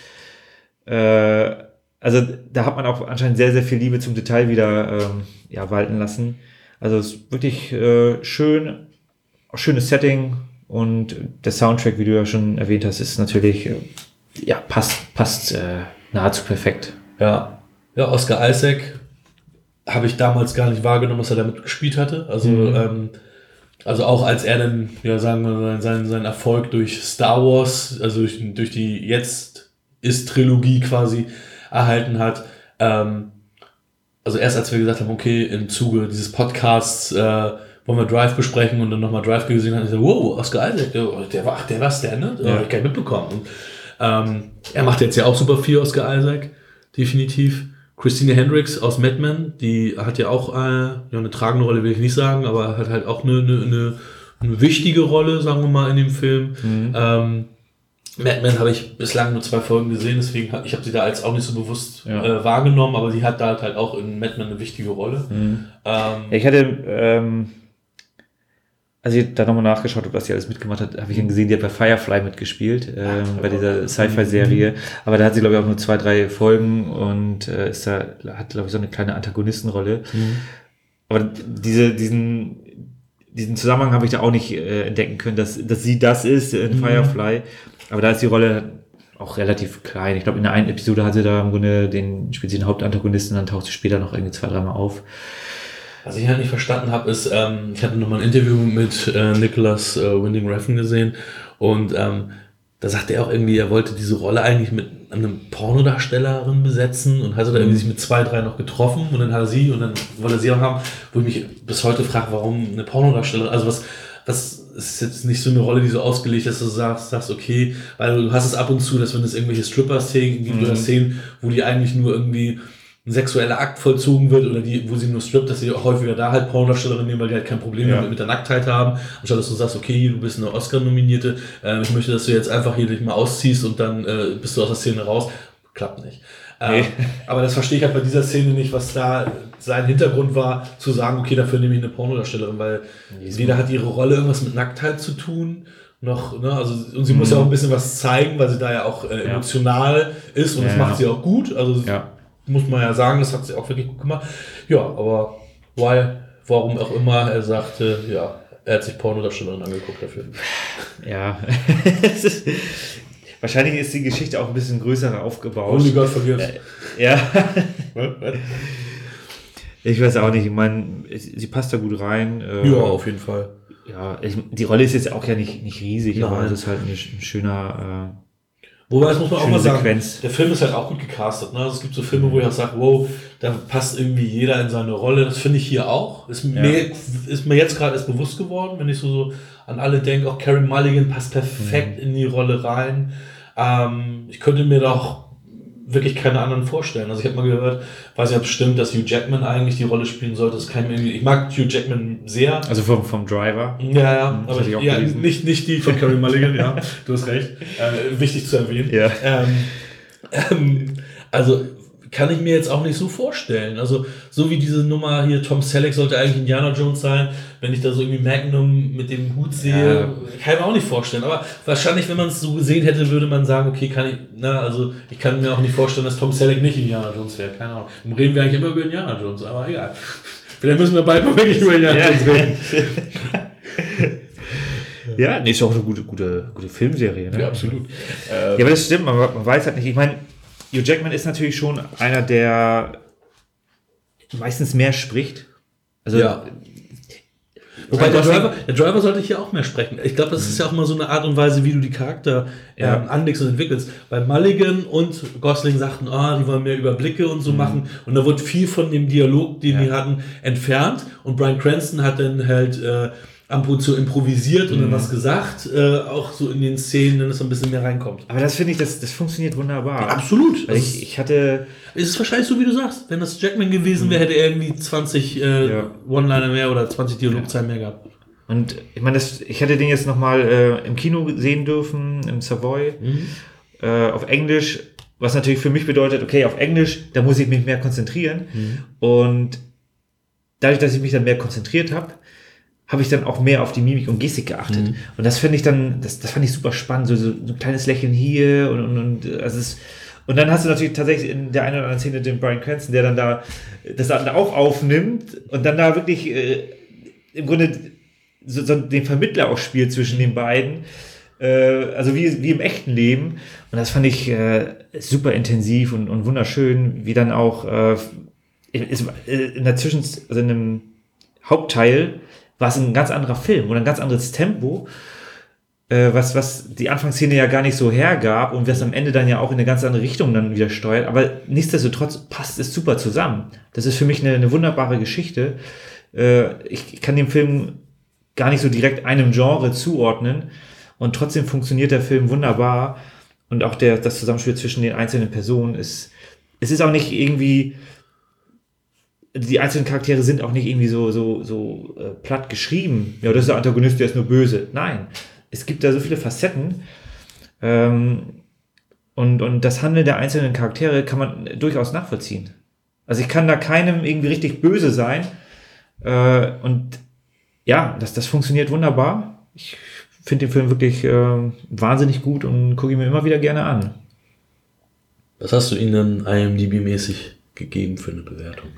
Äh, also da hat man auch anscheinend sehr, sehr viel Liebe zum Detail wieder ähm, ja, walten lassen. Also es ist wirklich äh, schön, schönes Setting und der Soundtrack, wie du ja schon erwähnt hast, ist natürlich, äh, ja, passt, passt äh, nahezu perfekt. Ja, ja, Oscar Isaac habe ich damals gar nicht wahrgenommen, dass er damit gespielt hatte. Also, mhm. ähm, also auch als er dann, ja, sagen wir, seinen, seinen Erfolg durch Star Wars, also durch, durch die Jetzt ist Trilogie quasi erhalten hat, ähm, also erst als wir gesagt haben, okay, im Zuge dieses Podcasts äh, wollen wir Drive besprechen und dann nochmal Drive gesehen haben, ich so, wow, Oscar Isaac, der, der war, ach, der was, der, ne? Ja. Hab ich gar nicht mitbekommen. Und, ähm, er macht jetzt ja auch super viel, Oscar Isaac, definitiv. Christina Hendricks aus Mad Men, die hat ja auch äh, ja, eine tragende Rolle, will ich nicht sagen, aber hat halt auch eine, eine, eine, eine wichtige Rolle, sagen wir mal, in dem Film. Mhm. Ähm, Mad Men habe ich bislang nur zwei Folgen gesehen, deswegen hab, ich habe sie da als auch nicht so bewusst ja. äh, wahrgenommen, aber sie hat da halt auch in Mad Men eine wichtige Rolle. Mhm. Ähm, ich hatte, ähm, als ich da nochmal nachgeschaut habe, was sie alles mitgemacht hat, habe ich dann gesehen, die hat bei Firefly mitgespielt, ähm, Ach, bei dieser Sci-Fi-Serie, aber da hat sie, glaube ich, auch nur zwei, drei Folgen und äh, ist da, hat, glaube ich, so eine kleine Antagonistenrolle. Mhm. Aber diese, diesen, diesen Zusammenhang habe ich da auch nicht äh, entdecken können, dass, dass sie das ist in mhm. Firefly. Aber da ist die Rolle auch relativ klein. Ich glaube, in der einen Episode hat sie da im Grunde den speziellen Hauptantagonisten, dann taucht sie später noch irgendwie zwei, dreimal auf. Was ich halt nicht verstanden habe, ist, ähm, ich hatte nochmal ein Interview mit äh, Nicholas äh, Winding Refn gesehen und ähm, da sagte er auch irgendwie, er wollte diese Rolle eigentlich mit einem Pornodarstellerin besetzen und hat er da irgendwie sich mit zwei, drei noch getroffen und dann hat er sie und dann wollte er sie auch haben, wo ich mich bis heute frage, warum eine Pornodarstellerin, also was, was ist jetzt nicht so eine Rolle, die so ausgelegt ist, dass du sagst, sagst, okay, weil du hast es ab und zu, dass wenn es irgendwelche Stripper-Szenen gibt, mhm. oder Szenen, wo die eigentlich nur irgendwie ein sexueller Akt vollzogen wird oder die, wo sie nur strippt, dass sie auch häufiger da halt Pornodarstellerin nehmen, weil die halt kein Problem ja. mit, mit der Nacktheit haben, anstatt dass du sagst, okay, du bist eine Oscar-Nominierte, äh, ich möchte, dass du jetzt einfach hier dich mal ausziehst und dann äh, bist du aus der Szene raus. Klappt nicht. Nee. Ähm, aber das verstehe ich halt bei dieser Szene nicht, was da sein Hintergrund war, zu sagen, okay, dafür nehme ich eine Pornodarstellerin, weil nee, weder hat ihre Rolle irgendwas mit Nacktheit zu tun, noch, ne, also, und sie mhm. muss ja auch ein bisschen was zeigen, weil sie da ja auch äh, emotional ja. ist und ja, das macht sie auch gut, also ja. muss man ja sagen, das hat sie auch wirklich gut gemacht. Ja, aber why, warum auch immer er sagte, ja, er hat sich Pornodarstellerin angeguckt dafür. Ja, wahrscheinlich ist die Geschichte auch ein bisschen größer aufgebaut. Holy God, vergiss. Äh, ja. Ich weiß auch nicht, ich meine, sie passt da gut rein. Äh, ja, auf jeden Fall. Ja, ich, die Rolle ist jetzt auch ja nicht, nicht riesig, Nein. aber es ist halt ein, ein schöner... Äh, Wobei, das muss man auch mal sagen, Sequenz. Der Film ist halt auch gut gecastet. Ne? Also es gibt so Filme, wo ich auch sage, wow, da passt irgendwie jeder in seine Rolle. Das finde ich hier auch. Ist, ja. mir, ist mir jetzt gerade erst bewusst geworden, wenn ich so, so an alle denke, auch Carey Mulligan passt perfekt mhm. in die Rolle rein. Ähm, ich könnte mir doch wirklich keine anderen vorstellen. Also ich habe mal gehört, weiß nicht, ob es stimmt, dass Hugh Jackman eigentlich die Rolle spielen sollte. Das kann ich, mir irgendwie, ich mag Hugh Jackman sehr. Also vom, vom Driver? Ja, ja, mhm, aber ich, ich ja, nicht, nicht die von Carey Mulligan, ja, du hast recht. Äh, wichtig zu erwähnen. Ja. Ähm, ähm, also kann ich mir jetzt auch nicht so vorstellen. Also so wie diese Nummer hier, Tom Selleck sollte eigentlich Indiana Jones sein, wenn ich da so irgendwie Magnum mit dem Hut sehe, ja. kann ich mir auch nicht vorstellen. Aber wahrscheinlich, wenn man es so gesehen hätte, würde man sagen, okay, kann ich, na, also ich kann mir auch nicht vorstellen, dass Tom Selleck nicht Indiana Jones wäre. Keine Ahnung. Dann reden wir eigentlich immer über Indiana Jones, aber egal. Vielleicht müssen wir bald mal wirklich über Indiana Jones reden. Ja, nee, ist auch eine gute, gute, gute Filmserie. Ne? Ja, absolut. Ja, aber das stimmt, man, man weiß halt nicht. Ich meine, Hugh Jackman ist natürlich schon einer, der meistens mehr spricht. Also, ja. Wobei der Driver, der Driver sollte hier auch mehr sprechen. Ich glaube, das ist ja auch mal so eine Art und Weise, wie du die Charakter ja. ähm, anlegst und entwickelst. Weil Mulligan und Gosling sagten, ah, oh, die wollen mehr Überblicke und so mhm. machen. Und da wurde viel von dem Dialog, den ja. die hatten, entfernt. Und Bryan Cranston hat dann halt äh, ab und zu improvisiert und mhm. dann was gesagt, äh, auch so in den Szenen, wenn es ein bisschen mehr reinkommt. Aber das finde ich, das, das funktioniert wunderbar. Ja, absolut. Weil ich, ich hatte... Es ist wahrscheinlich so, wie du sagst. Wenn das Jackman gewesen wäre, hätte er irgendwie zwanzig äh, ja. One-Liner mehr oder zwanzig Dialogzeilen ja. mehr gehabt. Und ich meine, das, ich hätte den jetzt nochmal äh, im Kino sehen dürfen, im Savoy, mhm. äh, auf Englisch, was natürlich für mich bedeutet, okay, auf Englisch, da muss ich mich mehr konzentrieren. Mhm. Und dadurch, dass ich mich dann mehr konzentriert habe, habe ich dann auch mehr auf die Mimik und Gestik geachtet. Mhm. Und das finde ich dann, das, das fand ich super spannend, so, so ein kleines Lächeln hier und, und, und also es, und dann hast du natürlich tatsächlich in der einen oder anderen Szene den Bryan Cranston, der dann da das dann auch aufnimmt und dann da wirklich äh, im Grunde so, so den Vermittler auch spielt zwischen den beiden, äh, also wie, wie im echten Leben. Und das fand ich äh, super intensiv und, und wunderschön, wie dann auch äh, ist, in der Zwischen, also in einem Hauptteil war es ein ganz anderer Film oder ein ganz anderes Tempo, äh, was, was die Anfangsszene ja gar nicht so hergab und was am Ende dann ja auch in eine ganz andere Richtung dann wieder steuert. Aber nichtsdestotrotz passt es super zusammen. Das ist für mich eine, eine wunderbare Geschichte. Äh, ich kann dem Film gar nicht so direkt einem Genre zuordnen und trotzdem funktioniert der Film wunderbar und auch der, das Zusammenspiel zwischen den einzelnen Personen ist, es ist auch nicht irgendwie, die einzelnen Charaktere sind auch nicht irgendwie so, so, so äh, platt geschrieben. Ja, das ist der Antagonist, der ist nur böse. Nein, es gibt da so viele Facetten. Ähm, und, und das Handeln der einzelnen Charaktere kann man durchaus nachvollziehen. Also ich kann da keinem irgendwie richtig böse sein. Äh, und ja, das, das funktioniert wunderbar. Ich finde den Film wirklich äh, wahnsinnig gut und gucke ihn mir immer wieder gerne an. Was hast du ihnen I M D B-mäßig gegeben für eine Bewertung?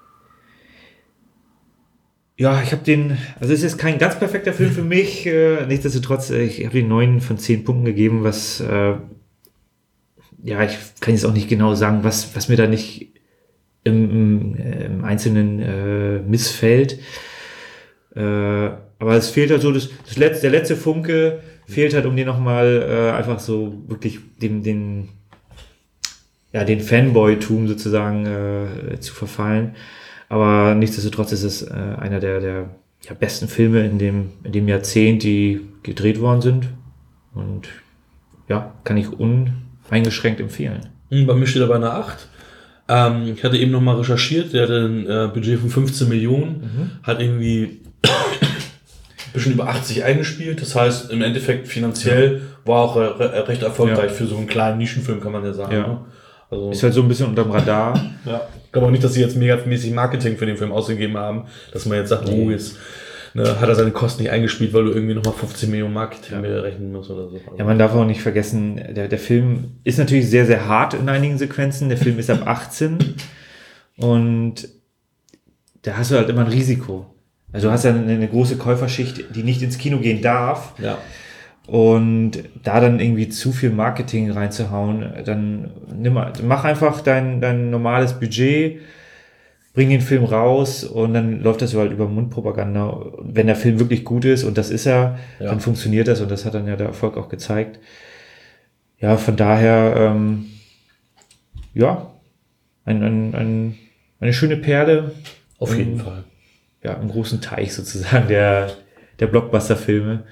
Ja, ich habe den, also es ist kein ganz perfekter Film für mich, äh, nichtsdestotrotz, äh, ich habe den neun von zehn Punkten gegeben, was, äh, ja, ich kann jetzt auch nicht genau sagen, was, was mir da nicht im, im, im Einzelnen äh, missfällt, äh, aber es fehlt halt so, das, das letzte, der letzte Funke fehlt halt, um den nochmal äh, einfach so wirklich den, den, ja, den Fanboy-Tum sozusagen äh, zu verfallen. Aber nichtsdestotrotz ist es äh, einer der, der ja, besten Filme in dem, in dem Jahrzehnt, die gedreht worden sind. Und ja, kann ich uneingeschränkt empfehlen. Bei mir steht er bei einer acht. Ähm, ich hatte eben nochmal recherchiert, der hatte ein äh, Budget von fünfzehn Millionen, mhm. hat irgendwie ein bisschen über achtzig eingespielt. Das heißt, im Endeffekt finanziell ja. war auch re- recht erfolgreich ja. für so einen kleinen Nischenfilm, kann man ja sagen. Ja. Ne? Also, ist halt so ein bisschen unterm Radar. Ja. Ich glaube auch nicht, dass sie jetzt megamäßig Marketing für den Film ausgegeben haben, dass man jetzt sagt, nee. oh, jetzt ne, hat er seine Kosten nicht eingespielt, weil du irgendwie nochmal fünfzehn Millionen Marketing ja. rechnen musst oder so. Also ja, man darf auch nicht vergessen, der, der Film ist natürlich sehr, sehr hart in einigen Sequenzen. Der Film ist ab achtzehn und da hast du halt immer ein Risiko. Also du hast ja eine, eine große Käuferschicht, die nicht ins Kino gehen darf. Ja. Und da dann irgendwie zu viel Marketing reinzuhauen, dann nimm, mach einfach dein, dein normales Budget, bring den Film raus und dann läuft das halt über Mundpropaganda. Wenn der Film wirklich gut ist, und das ist er, ja. dann funktioniert das und das hat dann ja der Erfolg auch gezeigt. Ja, von daher, ähm, ja, ein, ein, ein, eine schöne Perle. Auf jeden im, Fall. Ja, im großen Teich sozusagen der, der Blockbuster-Filme.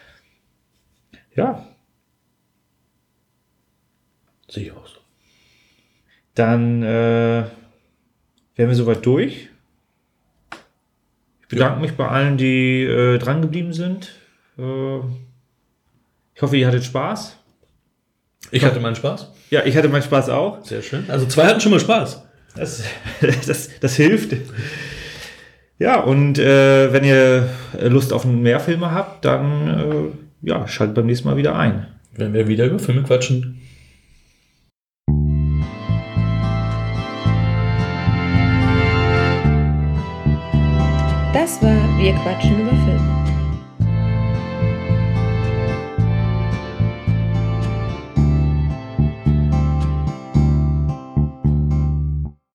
Ja. Sehe ich auch so. Dann äh, wären wir soweit durch. Ich bedanke ja. mich bei allen, die äh, dran geblieben sind. Äh, ich hoffe, ihr hattet Spaß. Ich hatte meinen Spaß. Ja, ich hatte meinen Spaß auch. Sehr schön. Also zwei hatten schon mal Spaß. Das, das, das hilft. Ja, und äh, wenn ihr Lust auf mehr Filme habt, dann äh, ja, schaltet beim nächsten Mal wieder ein. Wenn wir wieder über Filme quatschen. Das war Wir quatschen über Film.